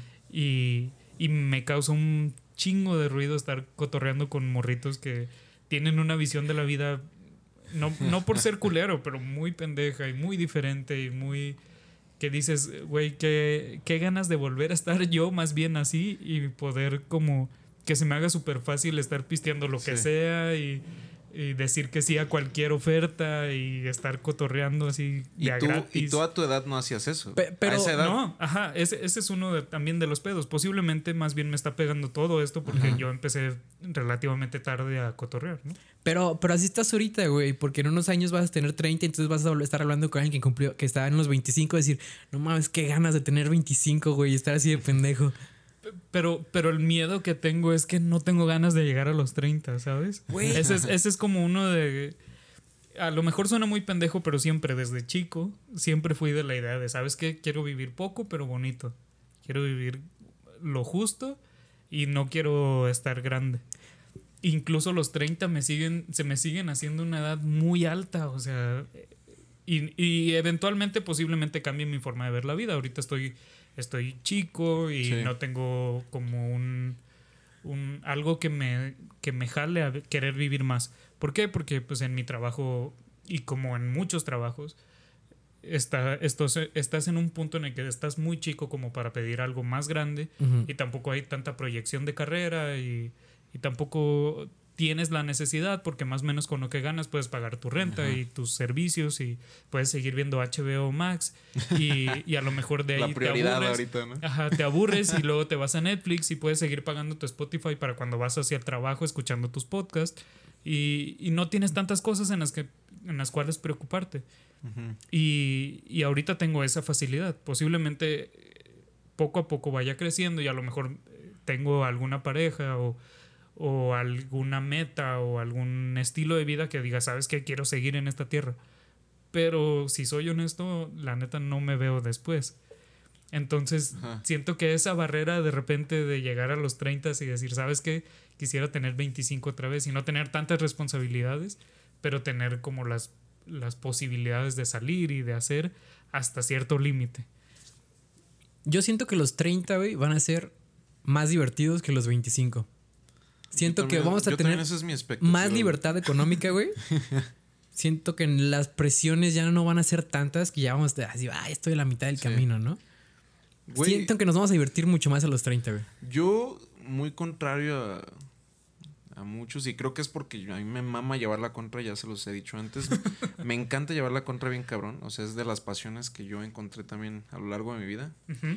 Y me causa un chingo de ruido estar cotorreando con morritos que tienen una visión de la vida, no por ser culero, pero muy pendeja y muy diferente y muy... que dices, güey, qué ganas de volver a estar yo más bien así y poder como que se me haga súper fácil estar pisteando lo que sea y y decir que sí a cualquier oferta y estar cotorreando así de gratis. Y tú a tu edad no hacías eso. Pero a esa edad. No, ajá, ese es uno también de los pedos. Posiblemente más bien me está pegando todo esto porque yo empecé relativamente tarde a cotorrear, ¿no? Pero así estás ahorita, güey, porque en unos años vas a tener 30, entonces vas a estar hablando con alguien que está en los 25 y decir, no mames, qué ganas de tener 25, güey, y estar así de pendejo. Pero el miedo que tengo es que no tengo ganas de llegar a los 30, ¿sabes? Güey. Ese es como uno de... A lo mejor suena muy pendejo, pero siempre desde chico, siempre fui de la idea de, ¿sabes qué? Quiero vivir poco, pero bonito. Quiero vivir lo justo y no quiero estar grande. Incluso los 30 se me siguen haciendo una edad muy alta, o sea... Y eventualmente, posiblemente cambie mi forma de ver la vida. Ahorita estoy chico y no tengo como algo que me jale a querer vivir más. ¿Por qué? Porque pues en mi trabajo y como en muchos trabajos estás en un punto en el que estás muy chico como para pedir algo más grande y tampoco hay tanta proyección de carrera y tampoco tienes la necesidad porque más o menos con lo que ganas puedes pagar tu renta y tus servicios y puedes seguir viendo HBO Max y a lo mejor de ahí la prioridad te aburres. Ahorita, ¿no? Ajá, te aburres y luego te vas a Netflix y puedes seguir pagando tu Spotify para cuando vas hacia el trabajo escuchando tus podcasts y no tienes tantas cosas en las cuales preocuparte. Y ahorita tengo esa facilidad. Posiblemente poco a poco vaya creciendo y a lo mejor tengo alguna pareja o alguna meta o algún estilo de vida que diga, ¿sabes qué? Quiero seguir en esta tierra. Pero si soy honesto, la neta no me veo después. Entonces, siento que esa barrera de repente de llegar a los 30 y decir, ¿sabes qué? Quisiera tener 25 otra vez y no tener tantas responsabilidades, pero tener como las posibilidades de salir y de hacer hasta cierto límite. Yo siento que los 30, güey, van a ser más divertidos que los 25. Siento que vamos a tener más libertad económica, güey. Siento que las presiones ya no van a ser tantas que ya vamos a decir, estoy a la mitad del camino, ¿no? Güey, siento que nos vamos a divertir mucho más a los 30, güey. Yo, muy contrario a muchos, y creo que es porque a mí me mama llevar la contra, ya se los he dicho antes. Me encanta llevar la contra bien cabrón. O sea, es de las pasiones que yo encontré también a lo largo de mi vida.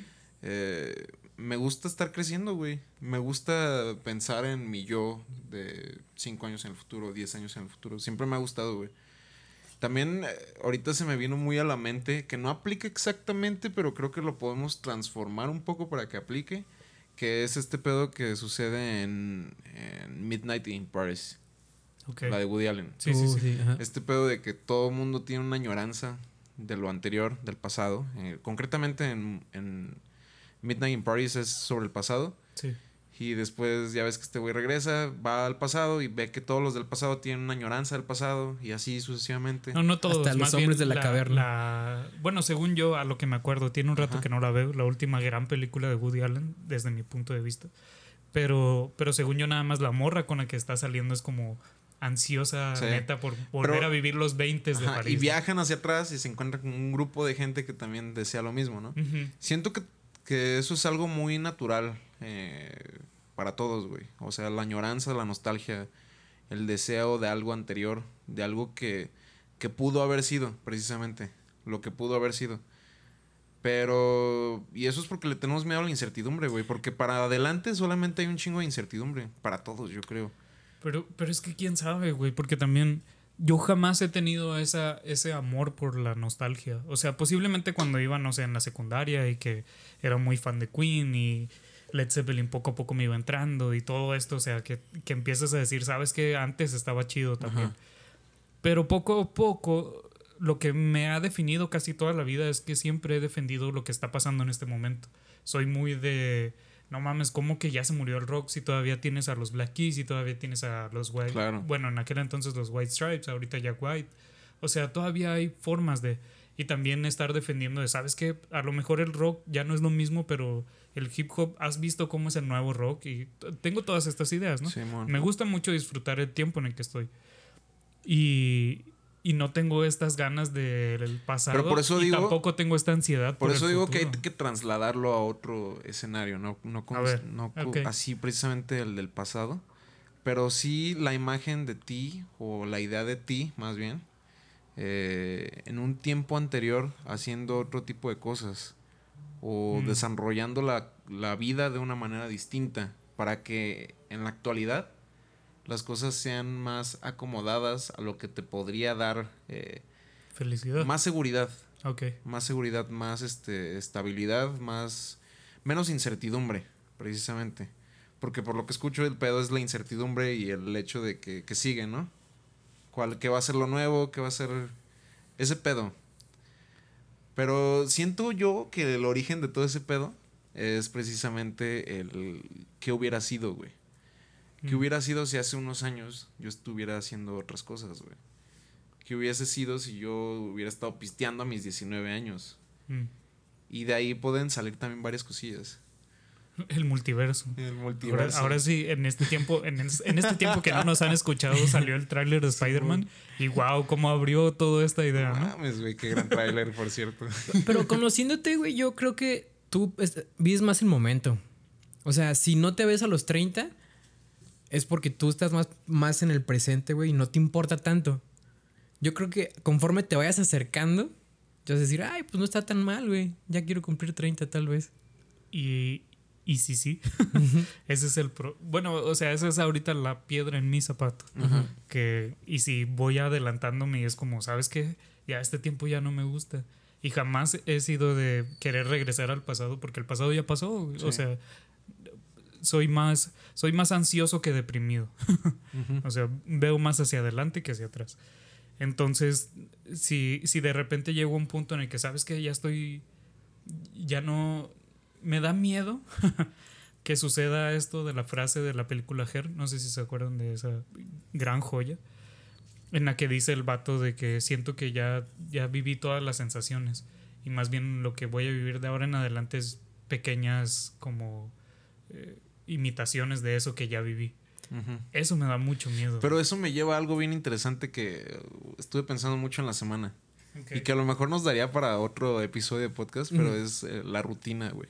Me gusta estar creciendo, güey. Me gusta pensar en mi yo de 5 años en el futuro, 10 años en el futuro. Siempre me ha gustado, güey. También ahorita se me vino muy a la mente, que no aplica exactamente, pero creo que lo podemos transformar un poco para que aplique, que es este pedo que sucede en Midnight in Paris. Okay. La de Woody Allen. Sí. Este pedo de que todo el mundo tiene una añoranza de lo anterior, del pasado. Concretamente en Midnight in Paris es sobre el pasado. Sí. Y después ya ves que este güey regresa, va al pasado y ve que todos los del pasado tienen una añoranza del pasado y así sucesivamente. No todos. Hasta los hombres de la caverna. Bueno, según yo, a lo que me acuerdo, tiene un rato que no la veo, la última gran película de Woody Allen, desde mi punto de vista. Pero según yo, nada más la morra con la que está saliendo es como ansiosa, neta, por volver a vivir los 20 de París. Y viajan hacia atrás y se encuentran con un grupo de gente que también desea lo mismo, ¿no? Siento que eso es algo muy natural para todos, güey. O sea, la añoranza, la nostalgia, el deseo de algo anterior, de algo que pudo haber sido, precisamente, lo que pudo haber sido. Pero... Y eso es porque le tenemos miedo a la incertidumbre, güey. Porque para adelante solamente hay un chingo de incertidumbre. Para todos, yo creo. Pero es que quién sabe, güey. Porque también... Yo jamás he tenido ese amor por la nostalgia. O sea, posiblemente cuando iba, no sé, en la secundaria y que era muy fan de Queen y Led Zeppelin poco a poco me iba entrando y todo esto. O sea, que empiezas a decir, ¿sabes qué? Antes estaba chido también. Pero poco a poco, lo que me ha definido casi toda la vida es que siempre he defendido lo que está pasando en este momento. Soy muy de... No mames, ¿cómo que ya se murió el rock si todavía tienes a los Black Keys y todavía tienes a los White... Claro. Bueno, en aquel entonces los White Stripes, ahorita Jack White. O sea, todavía hay formas de... Y también estar defendiendo de, ¿sabes qué? A lo mejor el rock ya no es lo mismo, pero el hip hop, ¿has visto cómo es el nuevo rock? Y tengo todas estas ideas, ¿no? Sí, me gusta mucho disfrutar el tiempo en el que estoy. Y no tengo estas ganas del pasado. Pero por eso y digo, tampoco tengo esta ansiedad. Por eso digo futuro. que hay que trasladarlo a otro escenario, no okay. así precisamente el del pasado. Pero sí la imagen de ti, o la idea de ti, más bien, en un tiempo anterior, haciendo otro tipo de cosas, o desarrollando la vida de una manera distinta, para que en la actualidad las cosas sean más acomodadas a lo que te podría dar felicidad, más seguridad. Okay. Más seguridad, más estabilidad, menos incertidumbre, precisamente. Porque por lo que escucho, el pedo es la incertidumbre y el hecho de que sigue, ¿no? ¿Qué va a ser lo nuevo? ¿Qué va a ser ese pedo? Pero siento yo que el origen de todo ese pedo es precisamente el qué hubiera sido, güey. ¿Qué hubiera sido si hace unos años yo estuviera haciendo otras cosas, güey? ¿Qué hubiese sido si yo hubiera estado pisteando a mis 19 años? Y de ahí pueden salir también varias cosillas. El multiverso. El multiverso. Ahora sí, en este tiempo que no nos han escuchado, salió el tráiler de Spider-Man. Y wow, cómo abrió toda esta idea, ¿no? Mames, güey, qué gran tráiler, por cierto. Pero conociéndote, güey, yo creo que tú vives más el momento. O sea, si no te ves a los 30, es porque tú estás más en el presente, güey, y no te importa tanto. Yo creo que conforme te vayas acercando, te vas a decir, ay, pues no está tan mal, güey. Ya quiero cumplir 30 tal vez. Y sí. Ese es bueno, o sea, esa es ahorita la piedra en mi zapato. Y si voy adelantándome y es como, ¿sabes qué? Ya este tiempo ya no me gusta. Y jamás he sido de querer regresar al pasado porque el pasado ya pasó. Sí. O sea, soy más ansioso que deprimido. O sea, veo más hacia adelante que hacia atrás. Entonces, si de repente llego a un punto en el que sabes que ya no, me da miedo que suceda esto de la frase de la película Her, no sé si se acuerdan de esa gran joya, en la que dice el vato de que siento que ya viví todas las sensaciones y más bien lo que voy a vivir de ahora en adelante es pequeñas como imitaciones de eso que ya viví. Eso me da mucho miedo. Pero eso me lleva a algo bien interesante que estuve pensando mucho en la semana. Okay. Y que a lo mejor nos daría para otro episodio de podcast, pero es la rutina, güey.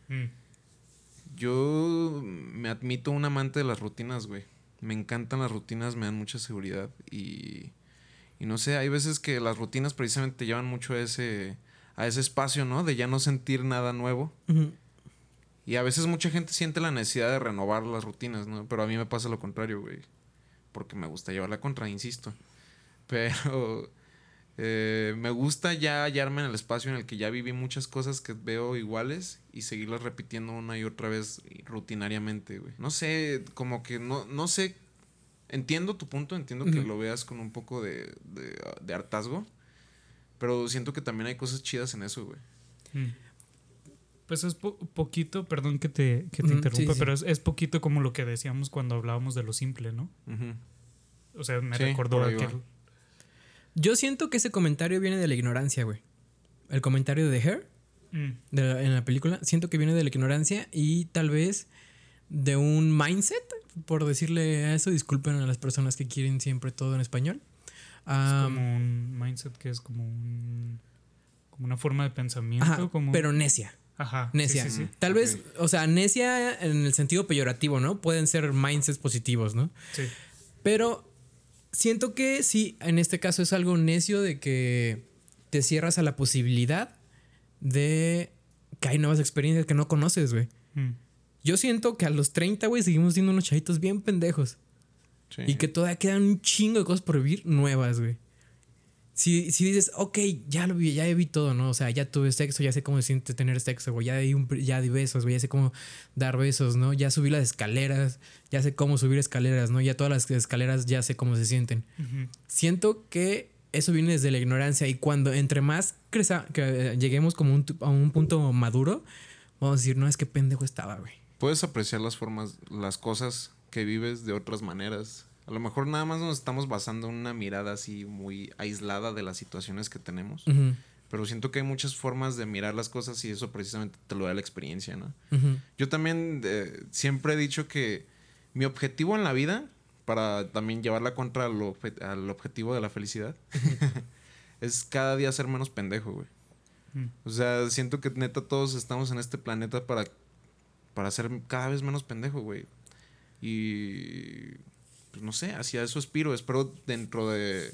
Yo me admito un amante de las rutinas, güey. Me encantan las rutinas, me dan mucha seguridad. Y no sé, hay veces que las rutinas precisamente te llevan mucho a ese espacio, ¿no? De ya no sentir nada nuevo. Y a veces mucha gente siente la necesidad de renovar las rutinas, ¿no? Pero a mí me pasa lo contrario, güey. Porque me gusta llevarla contra, insisto. Pero me gusta ya hallarme en el espacio en el que ya viví muchas cosas que veo iguales y seguirlas repitiendo una y otra vez rutinariamente, güey. No sé, como que no sé. Entiendo tu punto, entiendo que lo veas con un poco de hartazgo. Pero siento que también hay cosas chidas en eso, güey. Pues es poquito, perdón que te interrumpa, sí. Pero es poquito como lo que decíamos cuando hablábamos de lo simple, ¿no? O sea, me recordó aquel. Yo siento que ese comentario viene de la ignorancia, güey. El comentario de Her en la película, siento que viene de la ignorancia y tal vez de un mindset, por decirle a eso. Disculpen a las personas que quieren siempre todo en español. Es como un mindset que es como una forma de pensamiento. Ajá, pero necia. Ajá. Necia. Sí. Tal vez, o sea, necia en el sentido peyorativo, ¿no? Pueden ser mindsets positivos, ¿no? Sí. Pero siento que sí, en este caso es algo necio de que te cierras a la posibilidad de que hay nuevas experiencias que no conoces, güey. Yo siento que a los 30, güey, seguimos siendo unos chavitos bien pendejos. Sí. Y que todavía quedan un chingo de cosas por vivir nuevas, güey. Si dices, ok, ya vi todo, ¿no? O sea, ya tuve sexo, ya sé cómo se siente tener sexo, güey. Ya di besos, güey. Ya sé cómo dar besos, ¿no? Ya subí las escaleras, ya sé cómo subir escaleras, ¿no? Ya todas las escaleras ya sé cómo se sienten. Siento que eso viene desde la ignorancia y cuando entre más que lleguemos como a un punto maduro, vamos a decir, no, es que pendejo estaba, güey. Puedes apreciar las cosas que vives de otras maneras. A lo mejor nada más nos estamos basando en una mirada así muy aislada de las situaciones que tenemos. Pero siento que hay muchas formas de mirar las cosas y eso precisamente te lo da la experiencia, ¿no? Yo también siempre he dicho que mi objetivo en la vida, para también llevarla contra al objetivo de la felicidad, es cada día ser menos pendejo, güey. O sea, siento que neta todos estamos en este planeta para ser cada vez menos pendejo, güey. Y pues no sé, hacia eso aspiro. Espero dentro de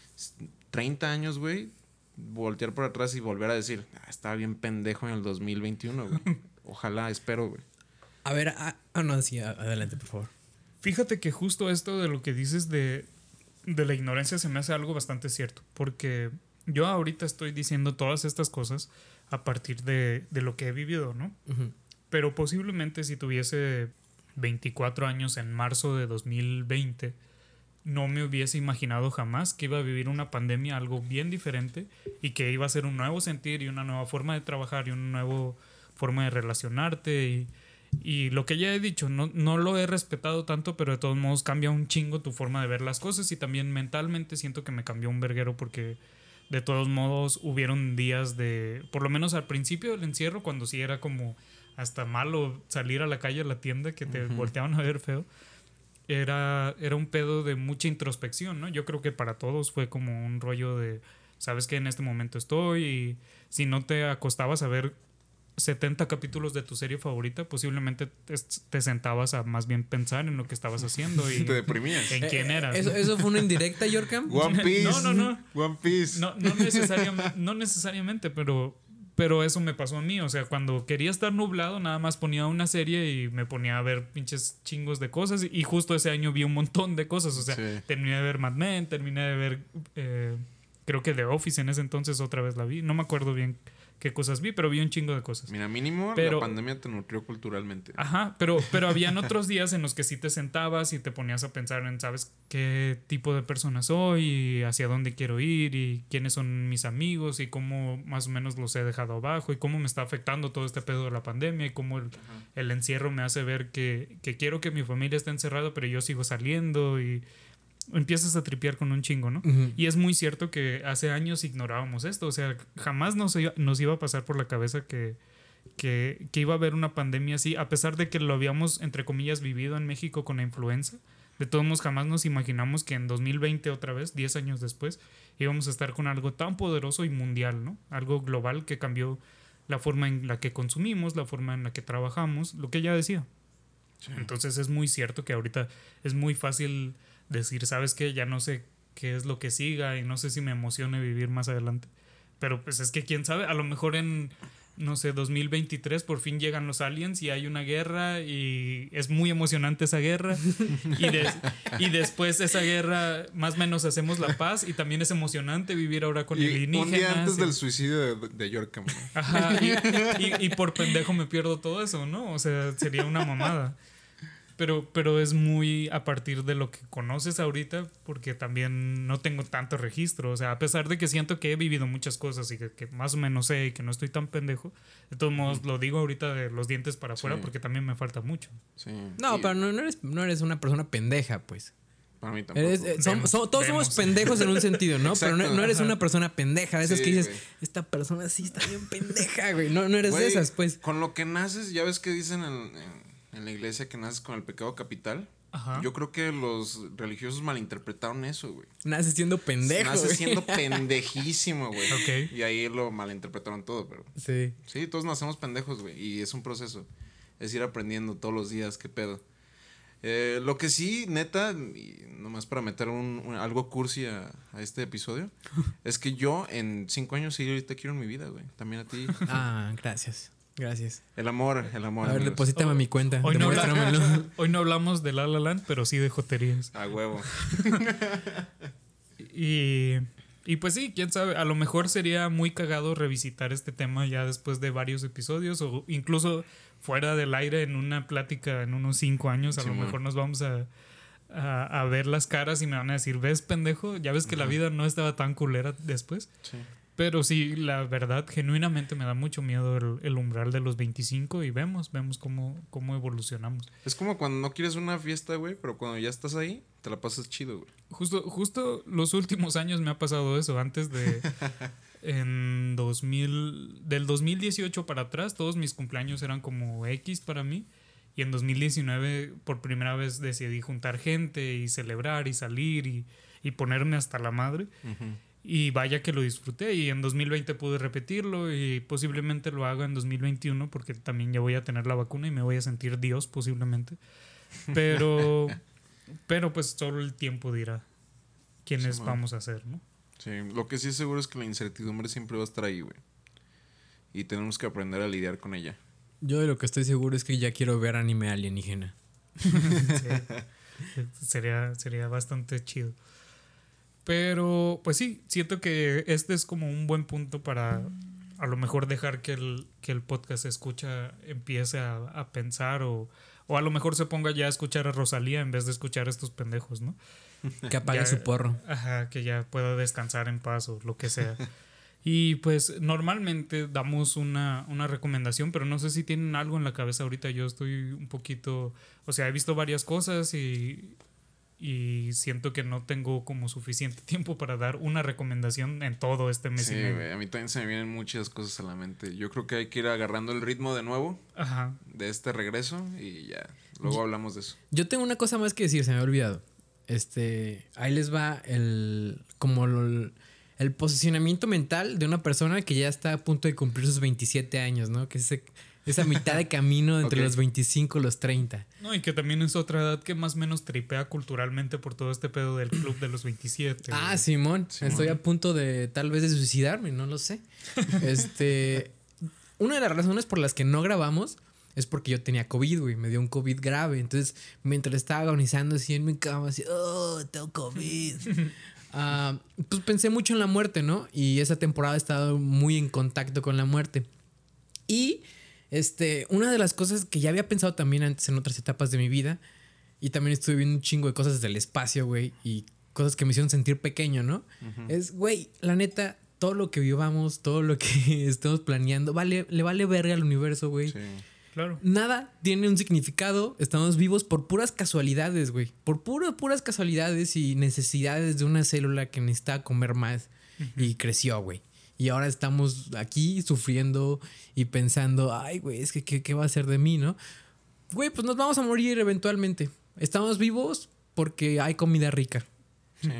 30 años, güey, voltear por atrás y volver a decir, estaba bien pendejo en el 2021, güey. Ojalá, espero, güey. A ver, no, sí, adelante, por favor. Fíjate que justo esto de lo que dices de la ignorancia se me hace algo bastante cierto, porque yo ahorita estoy diciendo todas estas cosas a partir de lo que he vivido, ¿no? Uh-huh. Pero posiblemente si tuviese 24 años en marzo de 2020, no me hubiese imaginado jamás que iba a vivir una pandemia, algo bien diferente, y que iba a ser un nuevo sentir y una nueva forma de trabajar y una nueva forma de relacionarte. Y lo que ya he dicho, no lo he respetado tanto, pero de todos modos cambia un chingo tu forma de ver las cosas, y también mentalmente siento que me cambió un verguero, porque de todos modos hubieron días de, por lo menos al principio del encierro, cuando sí era como hasta malo salir a la calle, a la tienda, que te volteaban a ver feo, era un pedo de mucha introspección, ¿no? Yo creo que para todos fue como un rollo de, sabes que en este momento estoy, y si no te acostabas a ver 70 capítulos de tu serie favorita, posiblemente te sentabas a más bien pensar en lo que estabas haciendo y te deprimías. En quién eras. ¿Eso fue una indirecta, Yorkam? One Piece. No. One Piece. No necesariamente, pero eso me pasó a mí. O sea, cuando quería estar nublado, nada más ponía una serie y me ponía a ver pinches chingos de cosas. Y justo ese año vi un montón de cosas. O sea, terminé de ver Mad Men, terminé de ver, creo que The Office en ese entonces otra vez la vi. No me acuerdo bien qué cosas vi, pero vi un chingo de cosas. Mira, mínimo la pandemia te nutrió culturalmente. Ajá, pero habían otros días en los que sí te sentabas y te ponías a pensar en, ¿sabes qué tipo de persona soy? Y hacia dónde quiero ir, y quiénes son mis amigos, y cómo más o menos los he dejado abajo, y cómo me está afectando todo este pedo de la pandemia, y cómo el encierro me hace ver que quiero que mi familia esté encerrada, pero yo sigo saliendo, y empiezas a tripear con un chingo, ¿no? Uh-huh. Y es muy cierto que hace años ignorábamos esto. O sea, jamás nos iba a pasar por la cabeza que iba a haber una pandemia así, a pesar de que lo habíamos, entre comillas, vivido en México con la influenza. De todos modos, jamás nos imaginamos que en 2020 otra vez, 10 años después, íbamos a estar con algo tan poderoso y mundial, ¿no? Algo global que cambió la forma en la que consumimos, la forma en la que trabajamos, lo que ella decía. Sí. Entonces es muy cierto que ahorita es muy fácil decir, ¿sabes qué? Ya no sé qué es lo que siga y no sé si me emocione vivir más adelante. Pero pues es que quién sabe, a lo mejor en, no sé, 2023 por fin llegan los aliens y hay una guerra y es muy emocionante esa guerra. Y después de esa guerra más o menos hacemos la paz y también es emocionante vivir ahora con alienígenas. Un día antes del suicidio de Yorkam. Ajá, y por pendejo me pierdo todo eso, ¿no? O sea, sería una mamada. Pero es muy a partir de lo que conoces ahorita, porque también no tengo tanto registro. O sea, a pesar de que siento que he vivido muchas cosas y que más o menos sé y que no estoy tan pendejo, de todos modos lo digo ahorita de los dientes para afuera porque también me falta mucho. Sí. No, pero no eres una persona pendeja, pues. Para mí tampoco. Todos somos pendejos en un sentido, ¿no? Exacto, pero no eres una persona pendeja. De esas que dices, güey, esta persona sí está bien pendeja, güey. No eres de esas, pues. Con lo que naces, ya ves que dicen en la iglesia que naces con el pecado capital. Ajá. Yo creo que los religiosos malinterpretaron eso, güey. Naces siendo pendejo. Naces siendo pendejísimo, güey. Okay. Y ahí lo malinterpretaron todo, pero... Sí, todos nacemos pendejos, güey. Y es un proceso. Es ir aprendiendo todos los días, qué pedo. Lo que sí, neta, y nomás para meter algo cursi a este episodio, es que yo en 5 años sí ahorita quiero en mi vida, güey. También a ti. Gracias. Gracias. El amor. A ver, deposítame a mi cuenta. Hoy no hablamos de La La Land, pero sí de joterías. A huevo. Y pues sí, quién sabe. A lo mejor sería muy cagado revisitar este tema ya después de varios episodios, o incluso fuera del aire en una plática en unos 5 años. A lo mejor nos vamos a ver las caras y me van a decir, ¿ves, pendejo? Ya ves que la vida no estaba tan culera después. Sí. Pero sí, la verdad, genuinamente me da mucho miedo el umbral de los 25 y vemos cómo evolucionamos. Es como cuando no quieres una fiesta, güey, pero cuando ya estás ahí, te la pasas chido, güey. Justo los últimos años me ha pasado eso. Antes de... del 2018 para atrás, todos mis cumpleaños eran como X para mí. Y en 2019, por primera vez, decidí juntar gente y celebrar y salir y ponerme hasta la madre. Uh-huh. Y vaya que lo disfruté, y en 2020 pude repetirlo y posiblemente lo haga en 2021 porque también ya voy a tener la vacuna y me voy a sentir Dios posiblemente. Pero Pero pues solo el tiempo dirá quiénes vamos a ser, ¿no? Sí, lo que sí es seguro es que la incertidumbre siempre va a estar ahí, güey. Y tenemos que aprender a lidiar con ella. Yo de lo que estoy seguro es que ya quiero ver anime alienígena. Sí. Sería bastante chido. Pero, pues sí, siento que este es como un buen punto para a lo mejor dejar que el podcast escucha empiece a pensar o a lo mejor se ponga ya a escuchar a Rosalía en vez de escuchar a estos pendejos, ¿no? Que apague su porro. Ajá, que ya pueda descansar en paz o lo que sea. Y pues normalmente damos una recomendación, pero no sé si tienen algo en la cabeza ahorita. Yo estoy un poquito, o sea, he visto varias cosas y siento que no tengo como suficiente tiempo para dar una recomendación en todo este mes y medio. Sí, güey, a mí también se me vienen muchas cosas a la mente. Yo creo que hay que ir agarrando el ritmo de nuevo. Ajá. De este regreso y ya, luego hablamos de eso. Yo tengo una cosa más que decir, se me había olvidado. Ahí les va el posicionamiento mental de una persona que ya está a punto de cumplir sus 27 años, ¿no? Que es esa mitad de camino entre los 25 y los 30. No, y que también es otra edad que más o menos tripea culturalmente por todo este pedo del club de los 27. Ah, Simón. Estoy a punto de tal vez de suicidarme, no lo sé. Una de las razones por las que no grabamos es porque yo tenía COVID, güey. Me dio un COVID grave. Entonces, mientras estaba agonizando así en mi cama, así, oh, tengo COVID. Pues pensé mucho en la muerte, ¿no? Y esa temporada he estado muy en contacto con la muerte. Y una de las cosas que ya había pensado también antes en otras etapas de mi vida, y también estuve viendo un chingo de cosas del espacio, güey, y cosas que me hicieron sentir pequeño, ¿no? Es, güey, la neta, todo lo que vivamos, todo lo que estamos planeando, le vale verga al universo, güey. Sí. Claro. Nada tiene un significado. Estamos vivos por puras casualidades, güey. Por puras casualidades y necesidades de una célula que necesitaba comer más y creció, güey. Y ahora estamos aquí sufriendo y pensando, ay, güey, es que ¿qué va a ser de mí, no? Güey, pues nos vamos a morir eventualmente. Estamos vivos porque hay comida rica. Sí,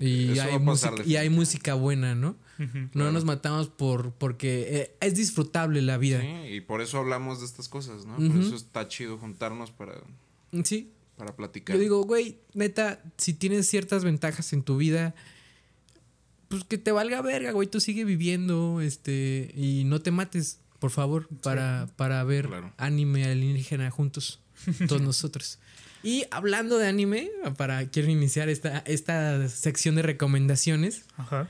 y hay música buena, ¿no? No claro. nos matamos porque es disfrutable la vida. Sí, y por eso hablamos de estas cosas, ¿no? Por eso está chido juntarnos para platicar. Yo digo, güey, neta, si tienes ciertas ventajas en tu vida, pues que te valga verga, güey. Tú sigue viviendo, y no te mates, por favor, para ver anime alienígena juntos, todos nosotros. Y hablando de anime, quiero iniciar esta sección de recomendaciones. Ajá.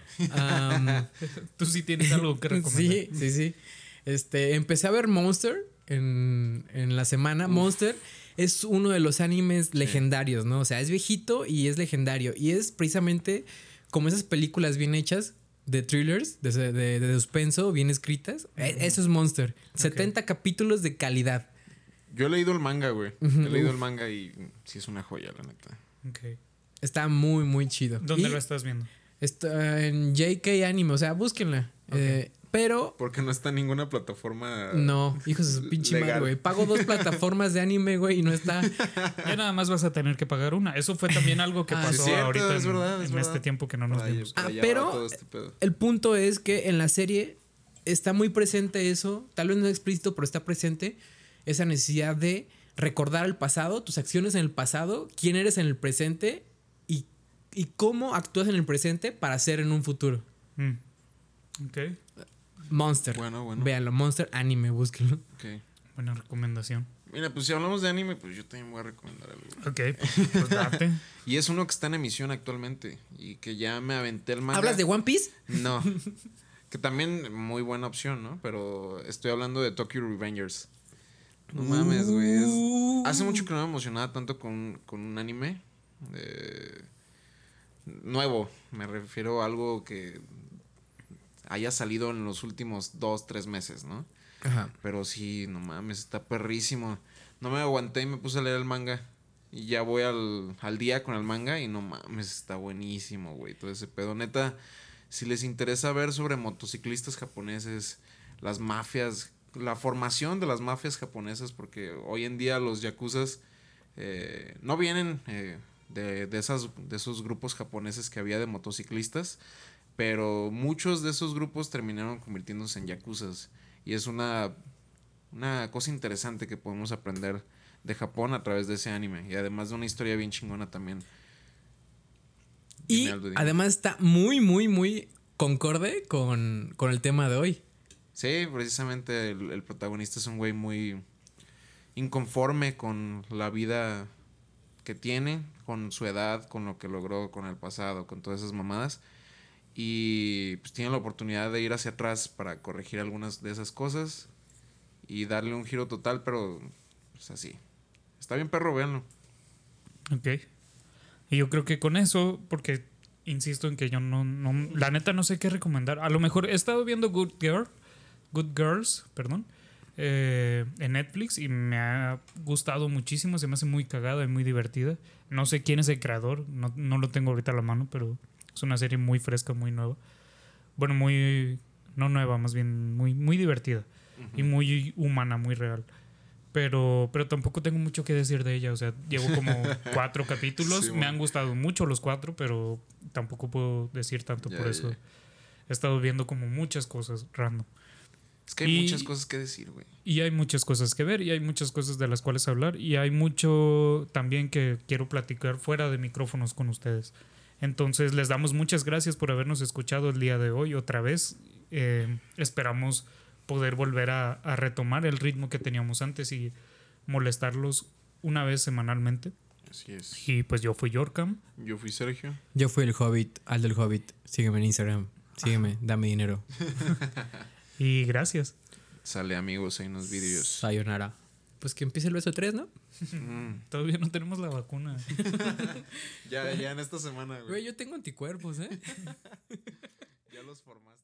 Tú sí tienes algo que recomendar. Sí. Empecé a ver Monster en la semana. Uf. Monster es uno de los animes legendarios, ¿no? O sea, es viejito y es legendario. Y es precisamente como esas películas bien hechas de thrillers, de suspenso, bien escritas. Eso es Monster. Okay. 70 capítulos de calidad. Yo he leído el manga, güey. He leído el manga y sí es una joya, la neta. Okay. Está muy, muy chido. ¿Dónde lo estás viendo? Está en JK Anime, o sea, búsquenla. Okay. Pero... Porque no está en ninguna plataforma. No, hijos de su pinche madre, güey. Pago 2 plataformas de anime, güey, y no está. Ya nada más vas a tener que pagar una. Eso fue también algo que pasó cierto, ahorita es verdad. este tiempo que no nos vimos. Pero el punto es que en la serie está muy presente eso. Tal vez no es explícito, pero está presente esa necesidad de recordar el pasado, tus acciones en el pasado, quién eres en el presente y cómo actúas en el presente para ser en un futuro. Ok. Monster. Bueno. Véanlo, Monster Anime, búsquenlo. Okay. Buena recomendación. Mira, pues si hablamos de anime, pues yo también voy a recomendar algo. Ok, pues date. Y es uno que está en emisión actualmente y que ya me aventé el manga. ¿Hablas de One Piece? No. Que también muy buena opción, ¿no? Pero estoy hablando de Tokyo Revengers. No mames, güey. Hace mucho que no me emocionaba tanto con un anime nuevo. Me refiero a algo que haya salido en los últimos 2-3 meses, ¿no? Ajá. Pero sí, no mames, está perrísimo. No me aguanté y me puse a leer el manga. Y ya voy al día con el manga y no mames, está buenísimo, güey. Todo ese pedo. Neta, si les interesa ver sobre motociclistas japoneses, las mafias, la formación de las mafias japonesas, porque hoy en día los yakuzas no vienen de esos grupos japoneses que había de motociclistas, pero muchos de esos grupos terminaron convirtiéndose en yakuzas. Y es una cosa interesante que podemos aprender Japón a través de ese anime. Y además de una historia bien chingona también. Y además está muy, muy, muy concorde con el tema de hoy. Sí, precisamente el protagonista es un güey muy inconforme con la vida que tiene, con su edad, con lo que logró, con el pasado, con todas esas mamadas. Y pues tiene la oportunidad de ir hacia atrás para corregir algunas de esas cosas y darle un giro total, pero pues así. Está bien perro, véanlo. Ok. Y yo creo que con eso, porque insisto en que yo no la neta no sé qué recomendar. A lo mejor he estado viendo Good Girls, perdón, en Netflix y me ha gustado muchísimo, se me hace muy cagada y muy divertida. No sé quién es el creador, no lo tengo ahorita a la mano, pero es una serie muy fresca, muy nueva. Bueno, no nueva, más bien muy, muy divertida. Uh-huh. Y muy humana, muy real. Pero tampoco tengo mucho que decir de ella. O sea, llevo como 4 capítulos. Sí, bueno. Me han gustado mucho los 4, pero tampoco puedo decir tanto por eso. He estado viendo como muchas cosas random. Es que hay muchas cosas que decir, güey. Y hay muchas cosas que ver y hay muchas cosas de las cuales hablar. Y hay mucho también que quiero platicar fuera de micrófonos con ustedes. Entonces les damos muchas gracias por habernos escuchado el día de hoy otra vez. Esperamos poder volver a retomar el ritmo que teníamos antes y molestarlos una vez semanalmente. Así es. Y pues yo fui Yorkam. Yo fui Sergio. Yo fui el Hobbit, Aldo el Hobbit. Sígueme en Instagram. Sígueme, dame dinero. Y gracias. Sale, amigos, hay unos vídeos. Sayonara. Pues que empiece el beso 3, ¿no? Todavía no tenemos la vacuna. ya en esta semana, güey. Güey, yo tengo anticuerpos, ¿eh? Ya los formamos.